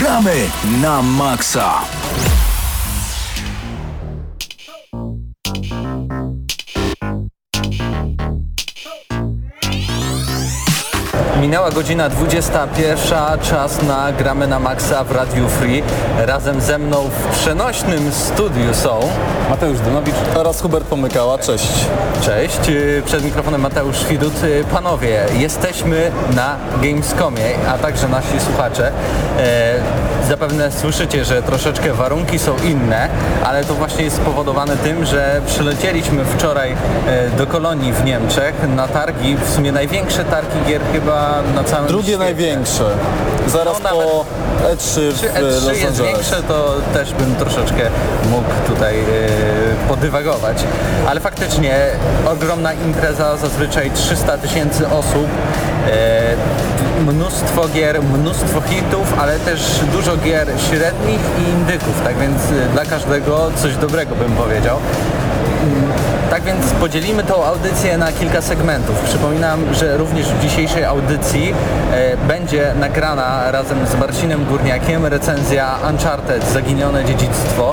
Gramy na maksa! Minęła godzina 21, czas na Gramy na maksa w Radiu Free. Razem ze mną w przenośnym studiu są Mateusz Donowicz oraz Hubert Pomykała. Cześć. Cześć, przed mikrofonem Mateusz Widut. Panowie, jesteśmy na Gamescomie, a także nasi słuchacze. Zapewne słyszycie, że troszeczkę warunki są inne, ale to właśnie jest spowodowane tym, że przylecieliśmy wczoraj do Kolonii w Niemczech na targi, w sumie największe targi gier chyba na całym Drugie świecie. największe. Zaraz No, po E3 w Czy E3 Los jest Angeles. większe, to też bym troszeczkę mógł tutaj podywagować. Ale faktycznie ogromna impreza, zazwyczaj 300 000 osób, mnóstwo gier, mnóstwo hitów, ale też dużo gier średnich i indyków, tak więc dla każdego coś dobrego bym powiedział. Tak więc podzielimy tą audycję na kilka segmentów. Przypominam, że również w dzisiejszej audycji będzie nagrana razem z Marcinem Górniakiem recenzja Uncharted Zaginione Dziedzictwo.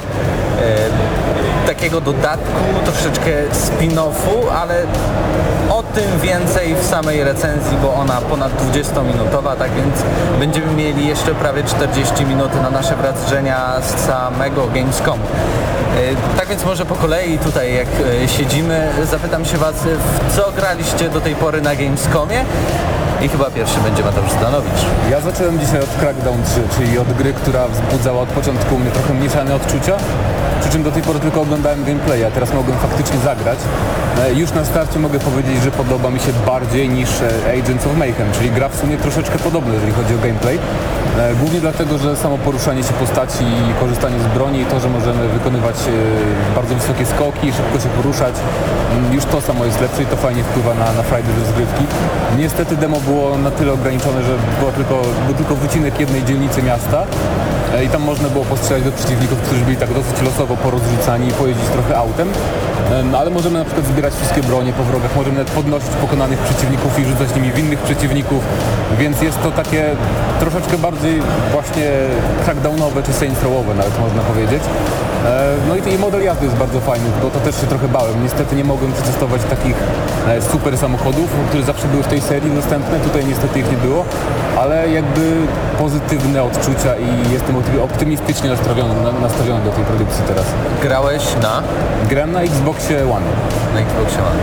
Takiego dodatku, troszeczkę spin-offu, ale o tym więcej w samej recenzji, bo ona ponad 20-minutowa, tak więc będziemy mieli jeszcze prawie 40 minut na nasze wrażenia z samego Gamescomu. Tak więc może po kolei tutaj jak siedzimy, zapytam się Was, w co graliście do tej pory na Gamescomie? I chyba pierwszy będzie Mateusz Zdanowicz. Ja zacząłem dzisiaj od Crackdown 3, czyli od gry, która wzbudzała od początku u mnie trochę mieszane odczucia. Przy czym do tej pory tylko oglądałem gameplay, a teraz mogłem faktycznie zagrać. Już na starcie mogę powiedzieć, że podoba mi się bardziej niż Agents of Mayhem, czyli gra w sumie troszeczkę podobna, jeżeli chodzi o gameplay. Głównie dlatego, że samo poruszanie się postaci i korzystanie z broni i to, że możemy wykonywać bardzo wysokie skoki, szybko się poruszać, już to samo jest lepsze i to fajnie wpływa na frajdę ze rozgrywki. Niestety demo było na tyle ograniczone, że był tylko wycinek jednej dzielnicy miasta i tam można było postrzelać do przeciwników, którzy byli tak dosyć losowo porozrzucani i pojeździć trochę autem. Ale możemy na przykład zbierać wszystkie bronie po wrogach, możemy nawet podnosić pokonanych przeciwników i rzucać nimi w innych przeciwników, więc jest to takie troszeczkę bardziej właśnie crackdownowe czy Saints Rowowe nawet można powiedzieć. No i model jazdy jest bardzo fajny, bo to też się trochę bałem. Niestety nie mogłem przetestować takich super samochodów, które zawsze były w tej serii dostępne, tutaj niestety ich nie było, ale jakby pozytywne odczucia i jestem optymistycznie nastawiony do tej produkcji teraz. Grałeś na? Grałem na Xboxie One. Na Xboxie One.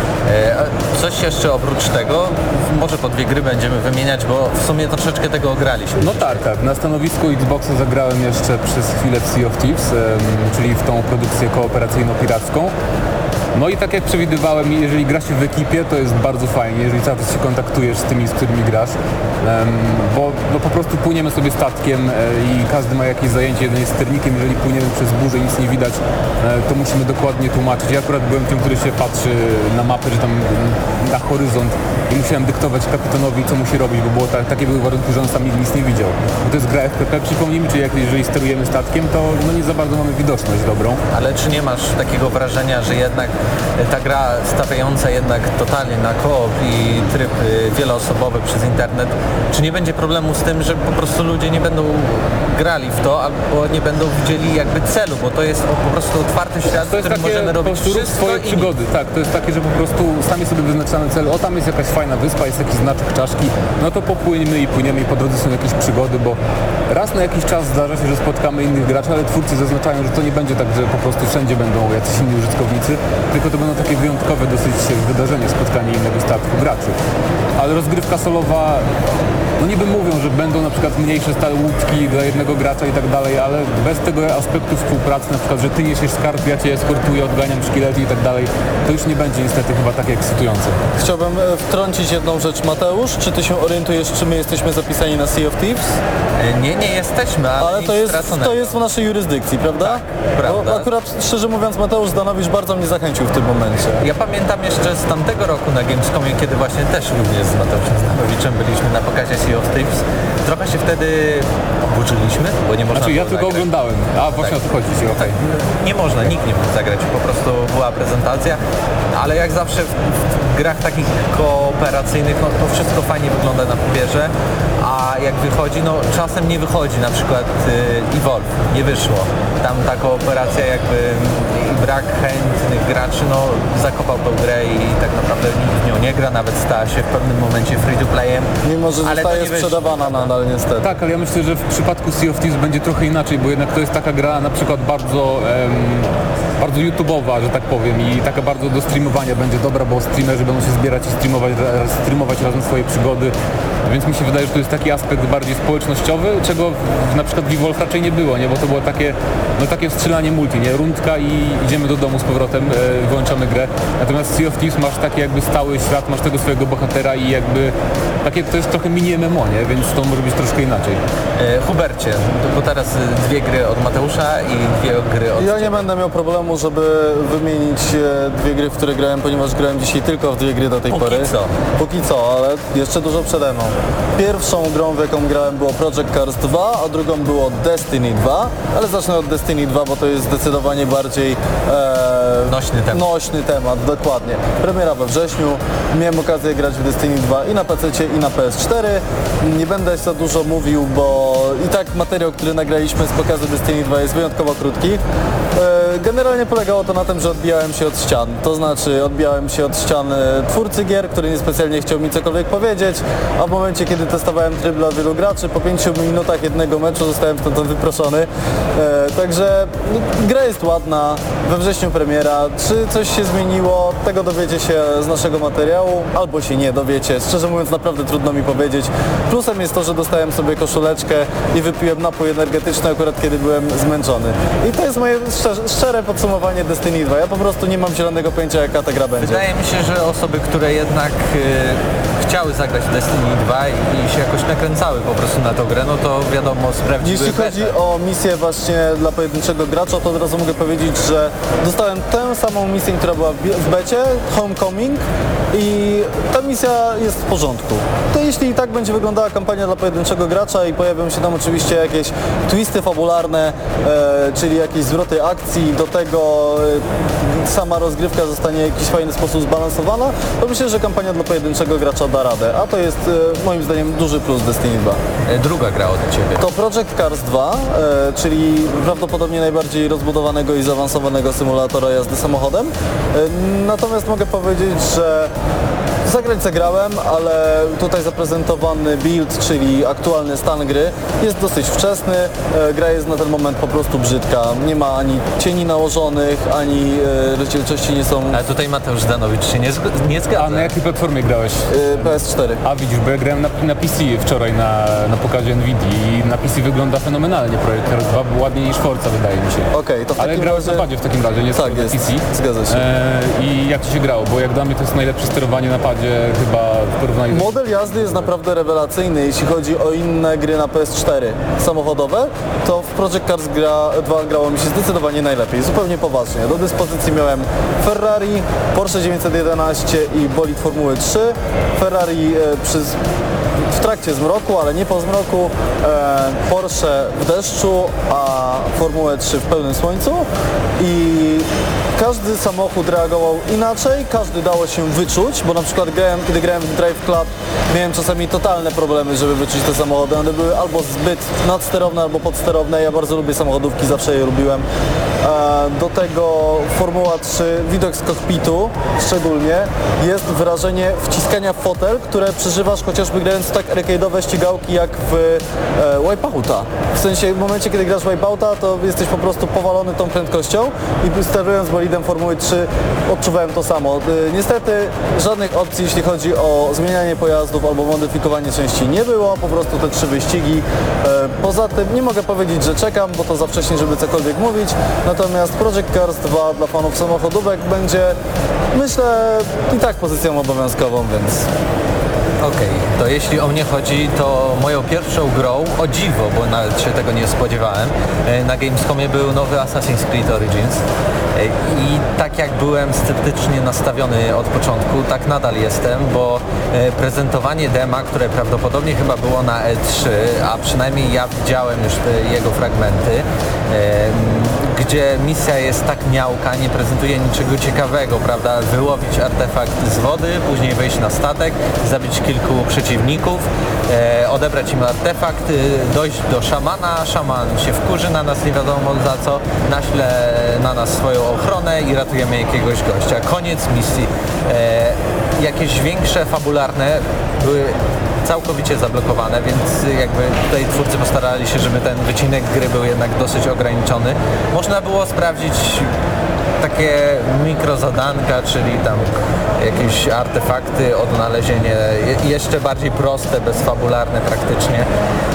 A coś jeszcze oprócz tego? Może po dwie gry będziemy wymieniać, bo w sumie troszeczkę tego ograliśmy. No tak. Na stanowisku Xboxa zagrałem jeszcze przez chwilę w Sea of Thieves, czyli w tą produkcję kooperacyjno-piracką. No i tak jak przewidywałem, jeżeli gra się w ekipie, to jest bardzo fajnie, jeżeli cały czas się kontaktujesz z tymi, z którymi grasz, bo po prostu płyniemy sobie statkiem i każdy ma jakieś zajęcie, jeden jest sternikiem, jeżeli płyniemy przez burzę i nic nie widać, to musimy dokładnie tłumaczyć. Ja akurat byłem tym, który się patrzy na mapę, czy tam na horyzont i musiałem dyktować kapitanowi, co musi robić, bo było takie były warunki, że on sam nic nie widział. Bo to jest gra FPP, przypomnijmy, czyli jeżeli sterujemy statkiem, to no nie za bardzo mamy widoczność dobrą. Ale czy nie masz takiego wrażenia, że jednak ta gra stawiająca jednak totalnie na koop i tryb wieloosobowy przez internet, czy nie będzie problemu z tym, że po prostu ludzie nie będą grali w to, albo nie będą widzieli jakby celu, bo to jest po prostu otwarty świat, w którym możemy robić wszystko swoje przygody, tak, to jest takie, że po prostu sami sobie wyznaczamy cel, o tam jest jakaś fajna wyspa, jest jakiś znaczek czaszki, no to popłyniemy i płyniemy i po drodze są jakieś przygody, bo raz na jakiś czas zdarza się, że spotkamy innych graczy, ale twórcy zaznaczają, że to nie będzie tak, że po prostu wszędzie będą jacyś inni użytkownicy, tylko to będą takie wyjątkowe dosyć wydarzenie, spotkanie innego statku graczy. Ale rozgrywka solowa, no niby mówią, że będą na przykład mniejsze stale łódki dla jednego gracza i tak dalej, ale bez tego aspektu współpracy, na przykład, że ty niesiesz skarb, ja cię eskortuję, odganiam szkielety i tak dalej, to już nie będzie niestety chyba tak ekscytujące. Chciałbym wtrącić jedną rzecz, Mateusz. Czy ty się orientujesz, czy my jesteśmy zapisani na Sea of Thieves? Nie jesteśmy, ale to jest w naszej jurysdykcji, prawda? Tak, prawda. Bo akurat, szczerze mówiąc, Mateusz Zdanowicz bardzo mnie zachęcił w tym momencie. Ja pamiętam jeszcze z tamtego roku na Gamescomie, kiedy właśnie też również z Mateuszem Zdanowiczem byliśmy na pokazie Sea of Thieves. Trochę się wtedy oburzyliśmy, bo nie można Znaczy ja było tylko zagrać. oglądałem, a właśnie o to chodzi się, okej. Nie można, nikt nie mógł zagrać, po prostu była prezentacja, ale jak zawsze w grach takich kooperacyjnych, no to wszystko fajnie wygląda na papierze, a a jak wychodzi, no czasem nie wychodzi, na przykład Evolve nie wyszło. Tam ta kooperacja jakby i brak chętnych graczy, no zakopał tą grę i tak naprawdę nikt w nią nie gra, nawet stała się w pewnym momencie free to playem. Mimo, że ale to zostaje nie wyszło. sprzedawana nadal niestety. Tak, ale ja myślę, że w przypadku Sea of Thieves będzie trochę inaczej, bo jednak to jest taka gra na przykład bardzo YouTube'owa, że tak powiem, i taka bardzo do streamowania będzie dobra, bo streamerzy będą się zbierać i streamować razem swoje przygody, więc mi się wydaje, że to jest taki aspekt bardziej społecznościowy, czego na przykład w Evolve raczej nie było, nie? Bo to było takie strzelanie multi, nie? Rundka i idziemy do domu z powrotem, wyłączamy grę. Natomiast Sea of Thieves masz taki jakby stały świat, masz tego swojego bohatera i jakby to jest trochę mini MMO, nie? Więc to może być troszkę inaczej. Hubercie, bo teraz 2 gry od Mateusza i 2 gry od Ja nie będę miał problemu, żeby wymienić 2 gry, w które grałem, ponieważ grałem dzisiaj tylko w 2 gry do tej pory. Póki co, ale jeszcze dużo przede mną. Pierwszą grą, w jaką grałem, było Project Cars 2, a drugą było Destiny 2, ale zacznę od Destiny 2, bo to jest zdecydowanie bardziej nośny temat, dokładnie. Premiera we wrześniu, miałem okazję grać w Destiny 2 i na PC i na PS4. Nie będę za dużo mówił, bo i tak materiał, który nagraliśmy z pokazu Destiny 2 jest wyjątkowo krótki. Generalnie polegało to na tym, że odbijałem się od ścian, to znaczy odbijałem się od ścian twórcy gier, który niespecjalnie chciał mi cokolwiek powiedzieć, a w momencie, kiedy testowałem tryb dla wielu graczy, po 5 minutach jednego meczu zostałem stamtąd wyproszony. Także gra jest ładna, we wrześniu premiera. Czy coś się zmieniło? Tego dowiecie się z naszego materiału, albo się nie dowiecie. Szczerze mówiąc, naprawdę trudno mi powiedzieć. Plusem jest to, że dostałem sobie koszuleczkę i wypiłem napój energetyczny akurat kiedy byłem zmęczony. I to jest moje szczere podsumowanie Destiny 2. Ja po prostu nie mam zielonego pojęcia, jaka ta gra będzie. Wydaje mi się, że osoby, które jednak chciały zagrać w Destiny 2 i się jakoś nakręcały po prostu na tą grę, no to wiadomo, sprawdziły. Jeśli chodzi o misję właśnie dla pojedynczego gracza, to od razu mogę powiedzieć, że dostałem tę samą misję, która była w becie, Homecoming, i ta misja jest w porządku. To jeśli i tak będzie wyglądała kampania dla pojedynczego gracza i pojawią się tam oczywiście jakieś twisty fabularne, czyli jakieś zwroty akcji, do tego sama rozgrywka zostanie w jakiś fajny sposób zbalansowana, to myślę, że kampania dla pojedynczego gracza da radę, a to jest moim zdaniem duży plus Destiny 2. Druga gra od Ciebie. To Project Cars 2, czyli prawdopodobnie najbardziej rozbudowanego i zaawansowanego symulatora jazdy samochodem. Natomiast mogę powiedzieć, że zagrać zagrałem, ale tutaj zaprezentowany build, czyli aktualny stan gry, jest dosyć wczesny. Gra jest na ten moment po prostu brzydka. Nie ma ani cieni nałożonych, ani rozdzielczości nie są... Ale tutaj Mateusz Zdanowicz się nie zgadza. A na jakiej platformie grałeś? PS4. A widzisz, bo ja grałem na PC wczoraj na pokazie Nvidii i na PC wygląda fenomenalnie projekt Cars 2, był ładniej niż Forza, wydaje mi się. Okej, to w Ale takim grałeś razie... na padzie w takim razie, nie Tak, na jest. PC. Zgadza się. I jak Ci się grało? Bo jak dla mnie to jest najlepsze sterowanie na padzie chyba w porównaniu do... Model jazdy jest naprawdę rewelacyjny, jeśli chodzi o inne gry na PS4 samochodowe, to w Project Cars 2 grało mi się zdecydowanie najlepiej, zupełnie poważnie. Do dyspozycji miałem Ferrari, Porsche 911 i bolid Formuły 3. Ferrari w trakcie zmroku, ale nie po zmroku, Porsche w deszczu, a Formułę 3 w pełnym słońcu i każdy samochód reagował inaczej, każdy dało się wyczuć, bo na przykład kiedy grałem w Drive Club, miałem czasami totalne problemy, żeby wyczuć te samochody. One były albo zbyt nadsterowne, albo podsterowne. Ja bardzo lubię samochodówki, zawsze je lubiłem. Do tego Formuła 3, widok z kokpitu szczególnie, jest wrażenie wciskania w fotel, które przeżywasz chociażby grając w tak arcade'owe ścigałki jak w Wipeouta. W sensie w momencie, kiedy grasz w Wipeouta, to jesteś po prostu powalony tą prędkością i sterując bolidem Formuły 3 odczuwałem to samo. Niestety żadnych opcji, jeśli chodzi o zmienianie pojazdów albo modyfikowanie części nie było, po prostu te 3 wyścigi. Poza tym nie mogę powiedzieć, że czekam, bo to za wcześnie, żeby cokolwiek mówić. Natomiast Project Cars 2 dla fanów samochodówek będzie, myślę, i tak pozycją obowiązkową, więc... Okej, to jeśli o mnie chodzi, to moją pierwszą grą, o dziwo, bo nawet się tego nie spodziewałem, na Gamescomie był nowy Assassin's Creed Origins i tak jak byłem sceptycznie nastawiony od początku, tak nadal jestem, bo prezentowanie dema, które prawdopodobnie chyba było na E3, a przynajmniej ja widziałem już jego fragmenty, gdzie misja jest tak miałka, nie prezentuje niczego ciekawego, prawda? Wyłowić artefakt z wody, później wejść na statek, zabić kilku przeciwników, odebrać im artefakt, dojść do szamana, szaman się wkurzy na nas nie wiadomo za co, naśle na nas swoją ochronę i ratujemy jakiegoś gościa. Koniec misji. Jakieś większe, fabularne były całkowicie zablokowane, więc jakby tutaj twórcy postarali się, żeby ten wycinek gry był jednak dosyć ograniczony. Można było sprawdzić takie mikrozadanka, czyli tam jakieś artefakty, odnalezienie jeszcze bardziej proste, bezfabularne praktycznie.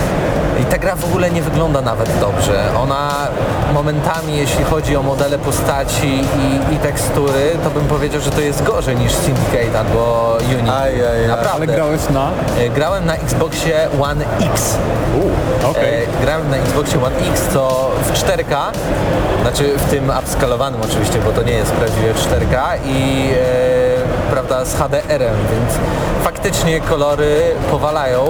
I ta gra w ogóle nie wygląda nawet dobrze. Ona momentami, jeśli chodzi o modele postaci i tekstury, to bym powiedział, że to jest gorzej niż Syndicate albo Unity. Naprawdę. Ale grałeś na? Grałem na Xboxie One X. Okej. Grałem na Xboxie One X, co w 4K, znaczy w tym upskalowanym oczywiście, bo to nie jest prawdziwie 4K i prawda, z HDR-em, więc faktycznie kolory powalają.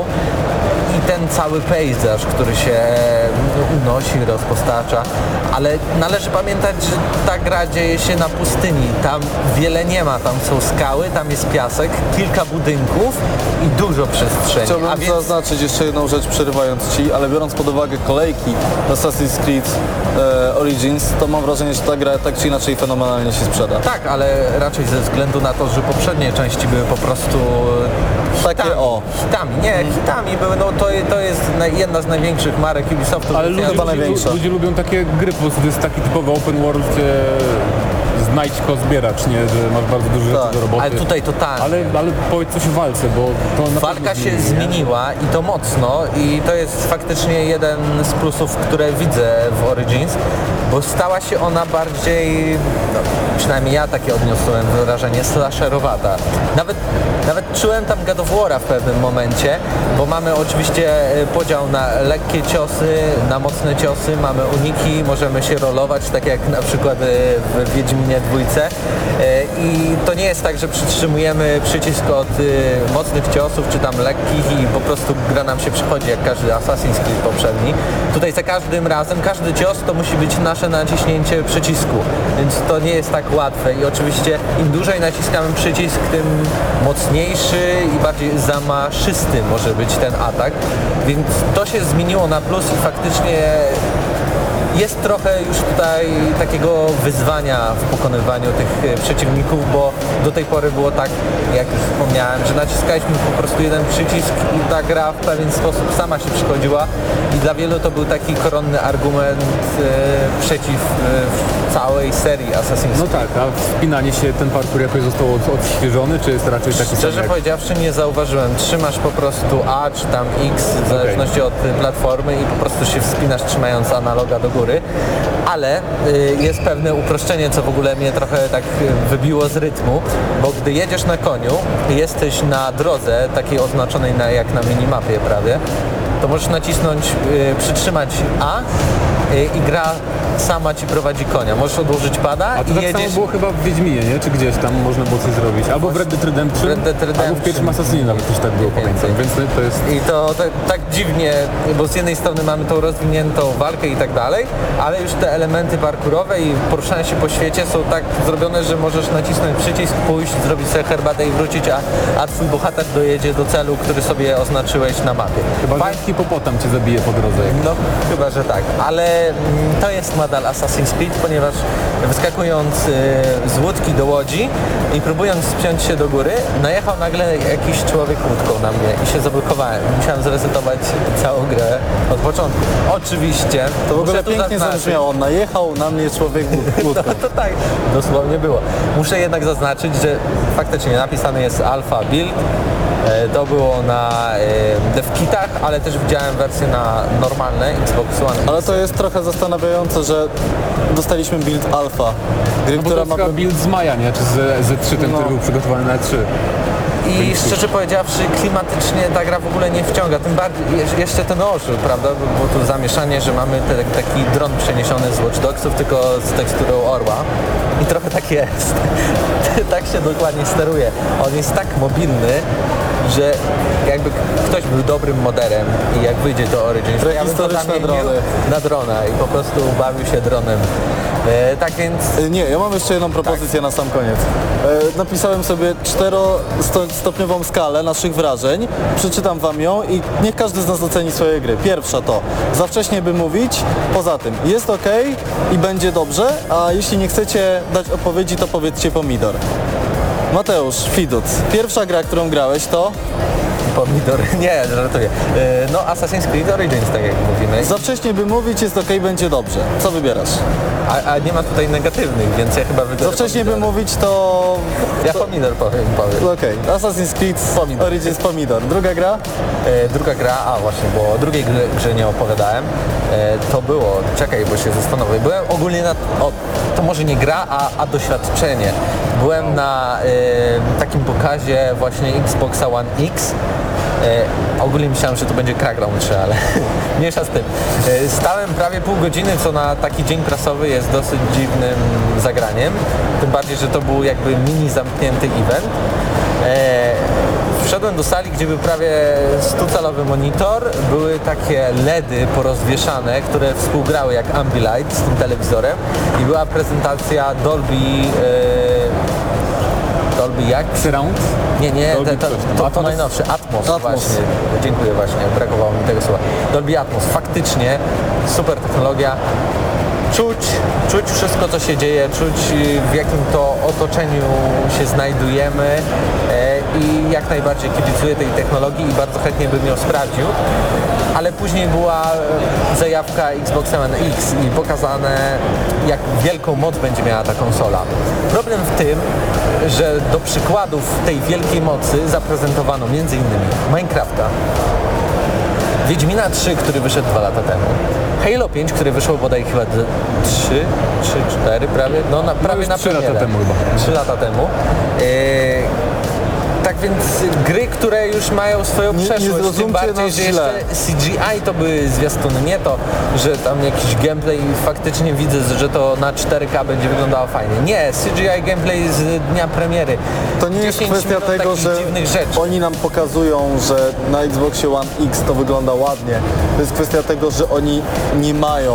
I ten cały pejzaż, który się unosi, rozpostacza, ale należy pamiętać, że ta gra dzieje się na pustyni, tam wiele nie ma, tam są skały, tam jest piasek, kilka budynków i dużo przestrzeni. Chciałbym zaznaczyć jeszcze jedną rzecz, przerywając Ci, ale biorąc pod uwagę kolejki Assassin's Creed Origins, to mam wrażenie, że ta gra tak czy inaczej fenomenalnie się sprzeda. Tak, ale raczej ze względu na to, że poprzednie części były po prostu Takie hitami, nie, hitami były, no to jest jedna z największych marek Ubisoftu. Ale chyba największa. ludzie lubią takie gry, po prostu to jest taki typowy open world, znajdź zbieracz, nie? Że masz bardzo dużo rzeczy do roboty. Ale tutaj totalnie. Ale powiedz coś o walce, bo to na Walka pewno się zmieniła i to mocno i to jest faktycznie jeden z plusów, które widzę w Origins, bo stała się ona bardziej, no, przynajmniej ja takie odniosłem wrażenie, slasherowata. Nawet czułem tam God of War'a w pewnym momencie, bo mamy oczywiście podział na lekkie ciosy, na mocne ciosy, mamy uniki, możemy się rolować, tak jak na przykład w Wiedźminie 2. I to nie jest tak, że przytrzymujemy przycisk od mocnych ciosów, czy tam lekkich i po prostu gra nam się przychodzi jak każdy Assassin's Creed poprzedni. Tutaj za każdym razem, każdy cios to musi być nasze naciśnięcie przycisku, więc to nie jest tak łatwe i oczywiście im dłużej naciskamy przycisk, tym mocniejszy i bardziej zamaszysty może być ten atak, więc to się zmieniło na plus i faktycznie jest trochę już tutaj takiego wyzwania w pokonywaniu tych przeciwników, bo do tej pory było tak, jak już wspomniałem, że naciskaliśmy po prostu jeden przycisk i ta gra w pewien sposób sama się przychodziła i dla wielu to był taki koronny argument przeciw całej serii Assassin's Creed. No tak, a wspinanie się, ten parkour jakoś został odświeżony, czy jest raczej taki sam Szczerze jak... powiedziawszy nie zauważyłem. Trzymasz po prostu A czy tam X w zależności od platformy i po prostu się wspinasz trzymając analoga do góry, ale jest pewne uproszczenie, co w ogóle mnie trochę tak wybiło z rytmu, bo gdy jedziesz na koniu i jesteś na drodze takiej oznaczonej jak na minimapie prawie, to możesz nacisnąć, przytrzymać A i gra sama ci prowadzi konia. Możesz odłożyć pada A to i tak jedziesz... samo było chyba w Wiedźminie, nie? Czy gdzieś tam można było coś zrobić? Albo w Red Dead Redemption, albo w pierwszym Assassinie nawet też tak było, pamiętam. Więc to jest... I to tak dziwnie, bo z jednej strony mamy tą rozwiniętą walkę i tak dalej, ale już te elementy parkurowe i poruszanie się po świecie są tak zrobione, że możesz nacisnąć przycisk, pójść, zrobić sobie herbatę i wrócić, a twój bohater dojedzie do celu, który sobie oznaczyłeś na mapie. Chyba, że hipopotam cię zabije po drodze. No, chyba, że tak, ale to jest nadal Assassin's Creed, ponieważ wyskakując z łódki do łodzi i próbując spiąć się do góry, najechał nagle jakiś człowiek łódką na mnie i się zablokowałem. Musiałem zresetować całą grę od początku. Oczywiście. To w ogóle muszę tu pięknie zaznaczyć- zabrzmiało, najechał na mnie człowiek łódką. No to tak, dosłownie było. Muszę jednak zaznaczyć, że faktycznie napisany jest Alpha Build. To było na devkitach, ale też widziałem wersję na normalne Xbox One. Ale to jest trochę zastanawiające, że dostaliśmy build alpha. Gry, No bo to która jest ma... chyba build z Maja, nie? Czy z 3 ten, No. który był przygotowany na E3. I szczerze powiedziawszy, klimatycznie ta gra w ogóle nie wciąga, tym bardziej jeszcze ten orzut, prawda? Było tu zamieszanie, że mamy taki dron przeniesiony z Watch Dogsów, tylko z teksturą orła. I trochę tak jest. Tak się dokładnie steruje. On jest tak mobilny że jakby ktoś był dobrym moderem i jak wyjdzie do Origins, to ja bym to Prehistoryczne zamienił drony. na drona i po prostu bawił się dronem. Tak więc Nie, ja mam jeszcze jedną propozycję na sam koniec. Napisałem sobie 4-stopniową skalę naszych wrażeń, przeczytam wam ją i niech każdy z nas oceni swoje gry. Pierwsza to za wcześnie by mówić, poza tym jest ok i będzie dobrze, a jeśli nie chcecie dać odpowiedzi, to powiedzcie pomidor. Mateusz, Fidut, pierwsza gra, którą grałeś to pomidor, nie, żartuję. No Assassin's Creed Origins, tak jak mówimy. za wcześnie by mówić, jest ok, będzie dobrze. Co wybierasz? A nie ma tutaj negatywnych, więc ja chyba wybiorę Za wcześnie by pomidor. mówić to... Ja pomidor powiem. Okej, Assassin's Creed Pomidor. Origins pomidor. Druga gra? Druga gra, właśnie, bo o drugiej grze nie opowiadałem, to było, czekaj, bo się zastanowię, byłem ogólnie to może nie gra, a doświadczenie. Byłem na takim pokazie właśnie Xboxa One X. Ogólnie myślałem, że to będzie Crackdown 3, ale mniejsza z tym. Stałem prawie pół godziny, co na taki dzień prasowy jest dosyć dziwnym zagraniem. Tym bardziej, że to był jakby mini zamknięty event. Wszedłem do sali, gdzie był prawie 100-calowy monitor, były takie LEDy porozwieszane, które współgrały jak Ambilight z tym telewizorem i była prezentacja Dolby jak? Surround? Nie, Dolby to Atmos? najnowszy, Atmos Atmos. właśnie, dziękuję właśnie, brakowało mi tego słowa. Dolby Atmos, faktycznie super technologia, czuć wszystko co się dzieje, czuć w jakim to otoczeniu się znajdujemy i jak najbardziej kibicuję tej technologii i bardzo chętnie bym ją sprawdził. Ale później była zajawka Xbox One X i pokazane jak wielką moc będzie miała ta konsola. Problem w tym, że do przykładów tej wielkiej mocy zaprezentowano m.in. Minecrafta, Wiedźmina 3, który wyszedł 2 lata temu, Halo 5, który wyszło bodaj chyba 4 prawie, prawie już na 3 lata premierę. temu chyba. 3 lata temu. Tak więc gry, które już mają swoją Nie przeszłość, tym zrozumcie bardziej, nas że źle. jeszcze CGI to były zwiastuny, nie to, że tam jakiś gameplay i faktycznie widzę, że to na 4K będzie wyglądało fajnie. Nie, CGI gameplay z dnia premiery. To nie jest 10 kwestia minut tego, takich że dziwnych rzeczy. oni nam pokazują, że na Xboxie One X to wygląda ładnie. To jest kwestia tego, że oni nie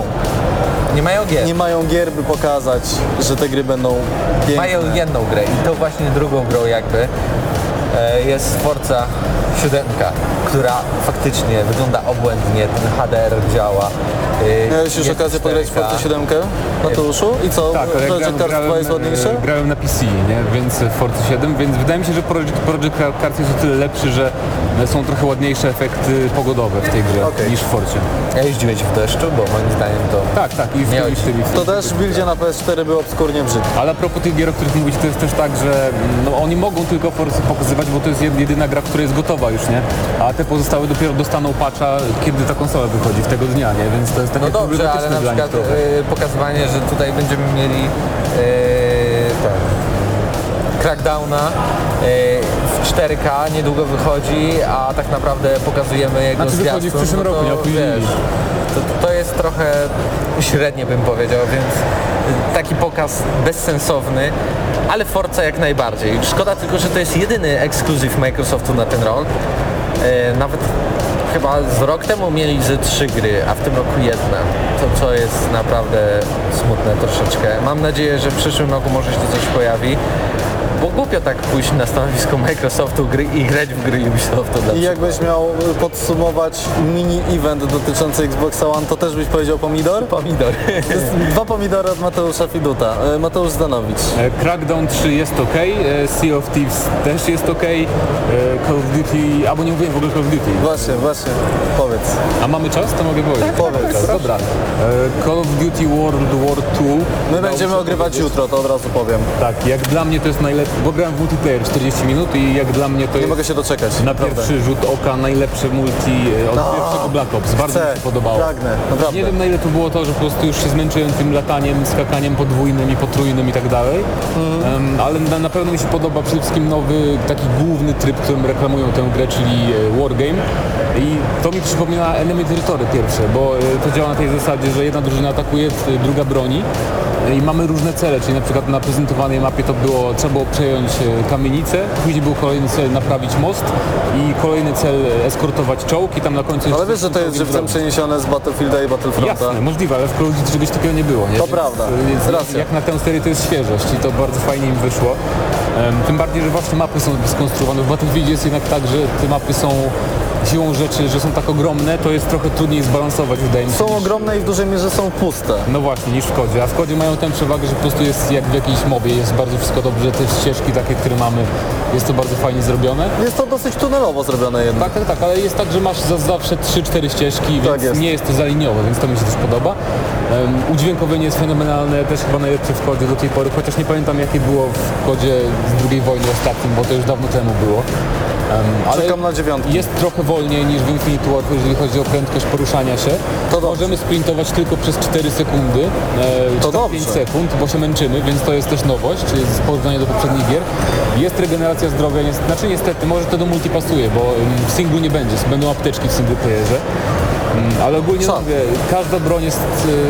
mają gier, by pokazać, że te gry będą piękne. Mają jedną grę i to właśnie drugą grą jakby jest Forza 7, która faktycznie wygląda obłędnie, ten HDR działa. Miałeś już jest okazję pograć w 4K. Forza 7, Mateuszu? I co? Tak, ale Project Cars 2 jest ładniejsze? grałem na PC, nie? Więc Forza 7, więc wydaje mi się, że Project Cars jest o tyle lepszy, że są trochę ładniejsze efekty pogodowe w tej grze Okej. niż w Forcie. Ja jeździłeś w deszczu, bo moim zdaniem to... Tak, i w Miałeś- tym. To też w buildzie na PS4 był obskurnie brzydki. Ale a propos tych gier, o których mówicie, to jest też tak, że oni mogą tylko Forza pokazywać, bo to jest jedyna gra, która jest gotowa już, nie? A te pozostałe dopiero dostaną patcha, kiedy ta konsola wychodzi, w tego dnia, nie? Więc to jest takie No dobrze, ale problematyczne na dla nich przykład trochę. pokazywanie, że tutaj będziemy mieli Crackdowna w 4K niedługo wychodzi, a tak naprawdę pokazujemy jego Znaczy wychodzi w zwiastun, przyszłym roku, nie? A później wiesz, to jest trochę średnie bym powiedział, więc taki pokaz bezsensowny, ale Forza jak najbardziej. Szkoda tylko, że to jest jedyny ekskluzyw Microsoftu na ten rok. Nawet chyba z rok temu mieli ze 3 gry, a w tym roku jedna. To co jest naprawdę smutne troszeczkę. Mam nadzieję, że w przyszłym roku może się coś pojawi. Bo głupio tak pójść na stanowisko Microsoftu i grać w gry Ubisoftu dla I jakbyś miał podsumować mini-event dotyczący Xboxa One, to też byś powiedział pomidor? Pomidor. To jest 2 pomidory od Mateusza Fiduta. Mateusz Zdanowicz. Crackdown 3 jest ok, Sea of Thieves też jest ok, Call of Duty, albo nie mówiłem w ogóle Call of Duty. Właśnie, powiedz. A mamy czas? To mogę powiedzieć. Powiedz. Dobra. Call of Duty World War II. My będziemy ogrywać jutro, to od razu powiem. Tak, jak dla mnie to jest najlepszy, bo grałem w multiplayer 40 minut i jak dla mnie to Nie jest mogę się doczekać. na naprawdę. pierwszy rzut oka najlepsze multi od pierwszego Black Ops. Bardzo mi się podobało. pragnę, naprawdę. Nie wiem na ile to było to, że po prostu już się zmęczyłem tym lataniem, skakaniem podwójnym i potrójnym i tak dalej, ale na pewno mi się podoba przede wszystkim nowy, taki główny tryb, którym reklamują tę grę, czyli Wargame i to mi przypomina Enemy Territory pierwsze, bo to działa na tej zasadzie, że jedna drużyna atakuje, druga broni i mamy różne cele, czyli na przykład na prezentowanej mapie to było, trzeba było przejąć kamienicę, później był kolejny cel naprawić most i kolejny cel eskortować czołg i tam na końcu... Ale wiesz, że to jest żywcem przeniesione z Battlefielda i Battlefronta? Jasne, możliwe, ale w Call of Duty czegoś takiego nie było, nie? To prawda, racja. Jak na tę serię to jest świeżość i to bardzo fajnie im wyszło. Tym bardziej, że właśnie mapy są skonstruowane. W Battlefieldzie jest jednak tak, że te mapy są siłą rzeczy, że są tak ogromne, to jest trochę trudniej zbalansować, wydaje mi się. Są ogromne i w dużej mierze są puste. No właśnie, niż w kodzie. A w kodzie mają tę przewagę, że po prostu jest jak w jakiejś mobie, jest bardzo wszystko dobrze, te ścieżki takie, które mamy, jest to bardzo fajnie zrobione. Jest to dosyć tunelowo zrobione jednak. Tak, ale jest tak, że masz zawsze 3-4 ścieżki, więc jest. nie jest to zaliniowe, więc to mi się też podoba. Udźwiękowienie jest fenomenalne, też chyba najlepsze w kodzie do tej pory, chociaż nie pamiętam jakie było w kodzie z II wojny ostatnim, bo to już dawno temu było. Ale Czekam na 9. jest trochę wolniej niż w Infinity War, jeżeli chodzi o prędkość poruszania się. To dobrze. Możemy sprintować tylko przez 4 sekundy, To czy tam dobrze. 5 sekund, bo się męczymy, więc to jest też nowość z porównania do poprzednich gier. Jest regeneracja zdrowia, znaczy niestety, może to do multi pasuje, bo w singlu nie będzie, będą apteczki w single playerze. Ale ogólnie Co? mówię, każda broń jest...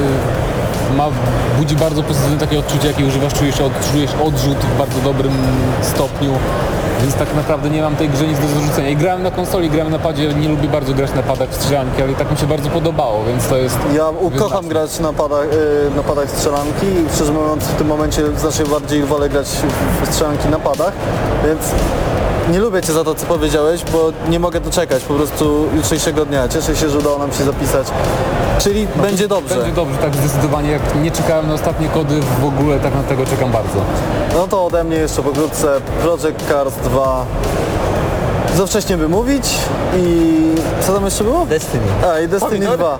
budzi bardzo pozytywne takie odczucie, jakie używasz, czujesz odrzut w bardzo dobrym stopniu, więc tak naprawdę nie mam tej grze nic do zarzucenia. I grałem na konsoli, grałem na padzie, nie lubię bardzo grać na padach w strzelanki, ale tak mi się bardzo podobało, więc to jest... Ja kocham wyznaczne. grać na padach strzelanki i szczerze mówiąc w tym momencie znacznie bardziej wolę grać w strzelanki na padach, więc nie lubię Cię za to, co powiedziałeś, bo nie mogę doczekać po prostu jutrzejszego dnia. Cieszę się, że udało nam się zapisać. Czyli będzie dobrze. Będzie dobrze, tak zdecydowanie. Jak nie czekałem na ostatnie kody, w ogóle tak na tego czekam bardzo. No to ode mnie jeszcze pokrótce Project Cars 2. Za wcześnie by mówić i co tam jeszcze było? Destiny. A i Destiny 2.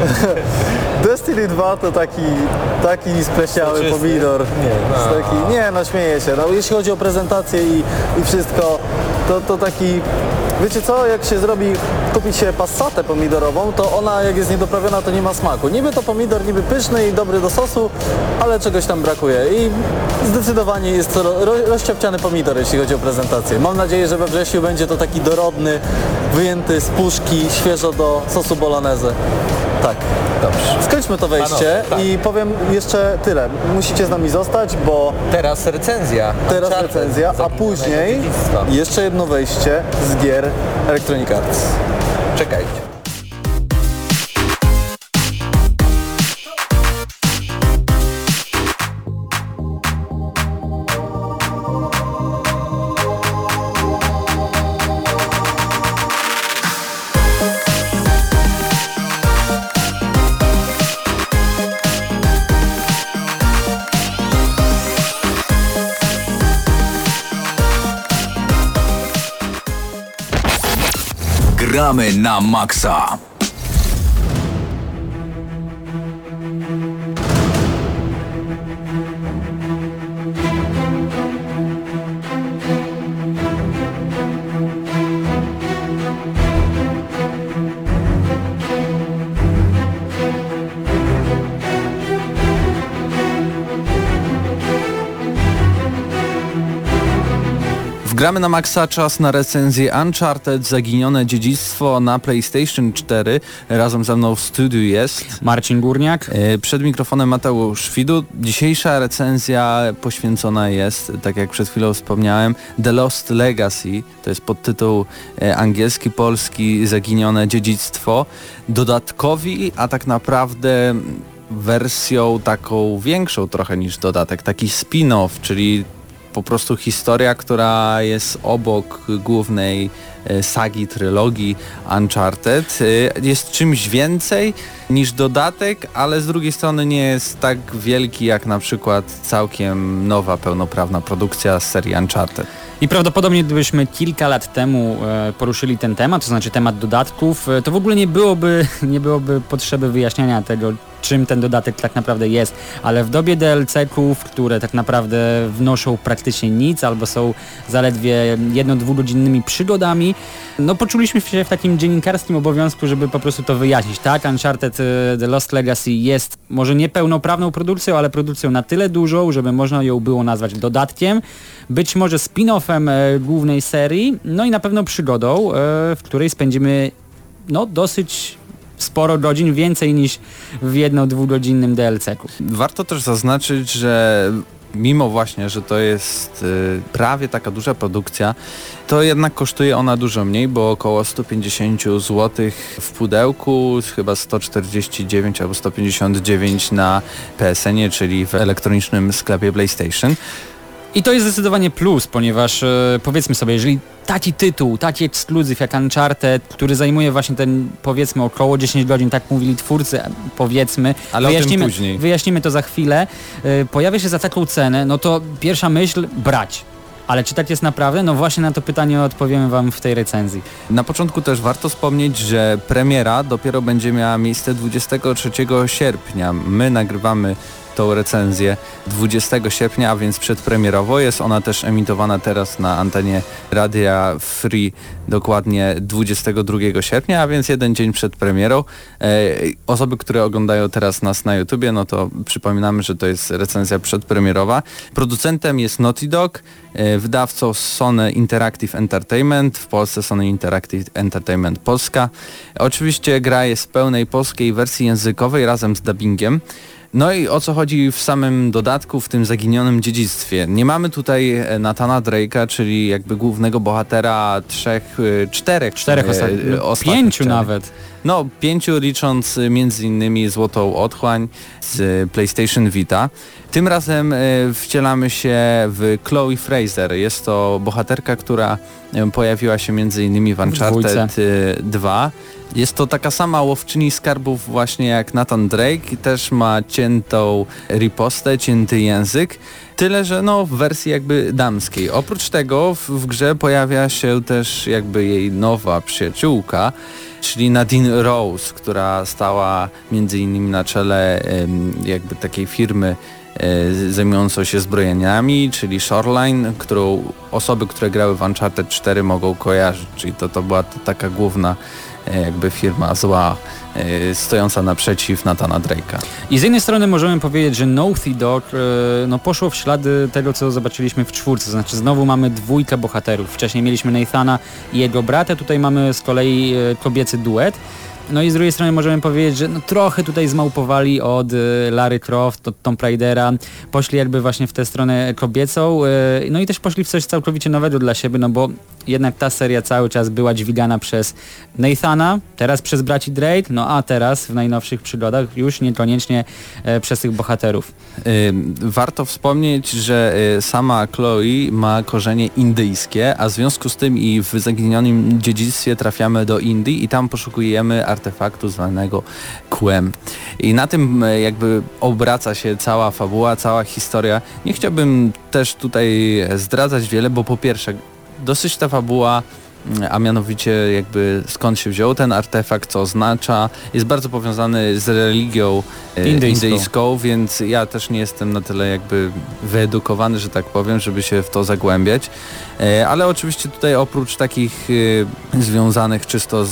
Destiny 2 to taki spleśniały Soczysty. pomidor. No śmieję się. No, jeśli chodzi o prezentację i wszystko, to taki... Wiecie co, jak się kupi się passatę pomidorową, to ona jak jest niedoprawiona, to nie ma smaku. Niby to pomidor, niby pyszny i dobry do sosu, ale czegoś tam brakuje. I zdecydowanie jest to rozciapciany pomidor, jeśli chodzi o prezentację. Mam nadzieję, że we wrześniu będzie to taki dorodny, wyjęty z puszki, świeżo do sosu bolognese. Tak. Dobrze. Skończmy to wejście Panowie, tak. i powiem jeszcze tyle. Musicie z nami zostać, bo Teraz recenzja. teraz Uncharted, recenzja, a Zaginionego później dziedzictwa. jeszcze jedno wejście z gier Electronic Arts. Czekajcie. Gramy na maksa. Gramy na maksa, czas na recenzję Uncharted, Zaginione dziedzictwo na PlayStation 4. Razem ze mną w studiu jest Marcin Górniak. Przed mikrofonem Mateusz Widut. Dzisiejsza recenzja poświęcona jest, tak jak przed chwilą wspomniałem, The Lost Legacy. To jest podtytuł angielski, polski, Zaginione dziedzictwo. Dodatkowi, a tak naprawdę wersją taką większą trochę niż dodatek, taki spin-off, czyli po prostu historia, która jest obok głównej sagi, trylogii Uncharted. Jest czymś więcej niż dodatek, ale z drugiej strony nie jest tak wielki jak na przykład całkiem nowa, pełnoprawna produkcja z serii Uncharted. I prawdopodobnie gdybyśmy kilka lat temu poruszyli ten temat, to znaczy temat dodatków, to w ogóle nie byłoby potrzeby wyjaśniania tego, czym ten dodatek tak naprawdę jest, ale w dobie DLC-ków, które tak naprawdę wnoszą praktycznie nic albo są zaledwie 1-2-godzinnymi przygodami, no poczuliśmy się w takim dziennikarskim obowiązku, żeby po prostu to wyjaśnić, tak? Uncharted The Lost Legacy jest może nie pełnoprawną produkcją, ale produkcją na tyle dużą, żeby można ją było nazwać dodatkiem, być może spin-offem głównej serii, no i na pewno przygodą, w której spędzimy dosyć sporo godzin, więcej niż w 1-2-godzinnym DLC-ku. Warto też zaznaczyć, że mimo właśnie, że to jest prawie taka duża produkcja, to jednak kosztuje ona dużo mniej, bo około 150 zł w pudełku, chyba 149 albo 159 na PSN-ie, czyli w elektronicznym sklepie PlayStation. I to jest zdecydowanie plus, ponieważ powiedzmy sobie, jeżeli taki tytuł, taki ekskluzyw jak Uncharted, który zajmuje właśnie ten, powiedzmy, około 10 godzin, tak mówili twórcy, powiedzmy, Ale o tym później. Wyjaśnimy to za chwilę, pojawia się za taką cenę, no to pierwsza myśl, brać. Ale czy tak jest naprawdę? No właśnie na to pytanie odpowiemy Wam w tej recenzji. Na początku też warto wspomnieć, że premiera dopiero będzie miała miejsce 23 sierpnia. My nagrywamy tą recenzję 20 sierpnia, a więc przedpremierowo. Jest ona też emitowana teraz na antenie Radia Free dokładnie 22 sierpnia, a więc jeden dzień przed premierą. Osoby, które oglądają teraz nas na YouTubie, no to przypominamy, że to jest recenzja przedpremierowa. Producentem jest Naughty Dog, wydawcą Sony Interactive Entertainment, w Polsce Sony Interactive Entertainment Polska. Oczywiście gra jest w pełnej polskiej wersji językowej razem z dubbingiem. No i o co chodzi w samym dodatku, w tym zaginionym dziedzictwie? Nie mamy tutaj Nathana Drake'a, czyli jakby głównego bohatera czterech ostatnich, 5 nawet. No 5 licząc między innymi Złotą Otchłań z PlayStation Vita. Tym razem wcielamy się w Chloe Frazer. Jest to bohaterka, która pojawiła się między innymi w Uncharted 2. Jest to taka sama łowczyni skarbów właśnie jak Nathan Drake, też ma ciętą ripostę, cięty język, tyle że no w wersji jakby damskiej. Oprócz tego w grze pojawia się też jakby jej nowa przyjaciółka, czyli Nadine Rose, która stała między innymi na czele jakby takiej firmy zajmującą się zbrojeniami, czyli Shoreline, którą osoby, które grały w Uncharted 4 mogą kojarzyć, czyli to była taka główna jakby firma zła stojąca naprzeciw Nathana Drake'a. I z jednej strony możemy powiedzieć, że Naughty Dog poszło w ślady tego, co zobaczyliśmy w 4, to znaczy znowu mamy dwójkę bohaterów. Wcześniej mieliśmy Nathana i jego brata, tutaj mamy z kolei kobiecy duet. No i z drugiej strony możemy powiedzieć, że no trochę tutaj zmałpowali od Lara Croft, od Tomb Raidera, poszli jakby właśnie w tę stronę kobiecą, no i też poszli w coś całkowicie nowego dla siebie, no bo jednak ta seria cały czas była dźwigana przez Nathana, teraz przez braci Drake, no a teraz w najnowszych przygodach już niekoniecznie przez tych bohaterów. Warto wspomnieć, że sama Chloe ma korzenie indyjskie, a w związku z tym i w zaginionym dziedzictwie trafiamy do Indii i tam poszukujemy artefaktu zwanego Quem. I na tym jakby obraca się cała fabuła, cała historia. Nie chciałbym też tutaj zdradzać wiele, bo po pierwsze dosyć ta fabuła, a mianowicie jakby skąd się wziął ten artefakt, co oznacza, jest bardzo powiązany z religią indyjską, więc ja też nie jestem na tyle jakby wyedukowany, że tak powiem, żeby się w to zagłębiać. Ale oczywiście tutaj oprócz takich związanych czysto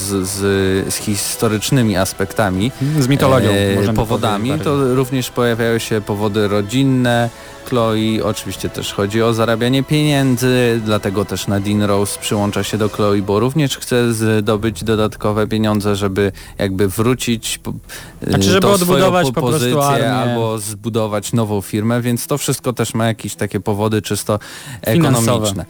z historycznymi aspektami, z mitologią, powodami, to również pojawiają się powody rodzinne. Chloe oczywiście też chodzi o zarabianie pieniędzy, dlatego też Nadine Rose przyłącza się do Chloe, bo również chce zdobyć dodatkowe pieniądze, żeby jakby wrócić żeby tą odbudować swoją po prostu pozycję armię, albo zbudować nową firmę, więc to wszystko też ma jakieś takie powody czysto ekonomiczne.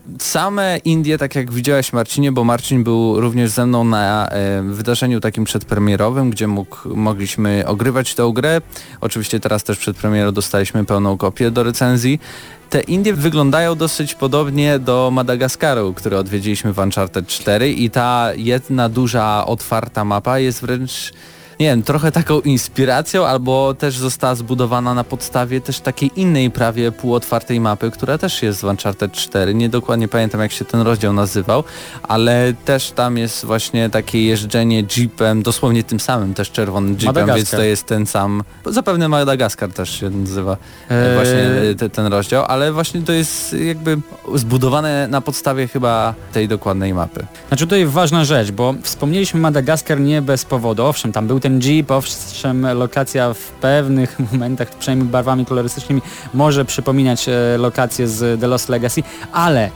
Same Indie, tak jak widziałeś Marcinie, bo Marcin był również ze mną na wydarzeniu takim przedpremierowym, gdzie mogliśmy ogrywać tę grę. Oczywiście teraz też przed premierą dostaliśmy pełną kopię do recenzji. Te Indie wyglądają dosyć podobnie do Madagaskaru, który odwiedziliśmy w Uncharted 4 i ta jedna duża, otwarta mapa jest wręcz, nie wiem, trochę taką inspiracją, albo też została zbudowana na podstawie też takiej innej prawie półotwartej mapy, która też jest w Uncharted 4. Nie dokładnie pamiętam, jak się ten rozdział nazywał, ale też tam jest właśnie takie jeżdżenie jeepem, dosłownie tym samym też czerwonym jeepem, więc to jest ten sam, zapewne Madagaskar też się nazywa właśnie ten rozdział, ale właśnie to jest jakby zbudowane na podstawie chyba tej dokładnej mapy. Znaczy tutaj ważna rzecz, bo wspomnieliśmy Madagaskar nie bez powodu, owszem, tam był ten jeep, owszem, lokacja w pewnych momentach, przynajmniej barwami kolorystycznymi, może przypominać lokację z The Lost Legacy, ale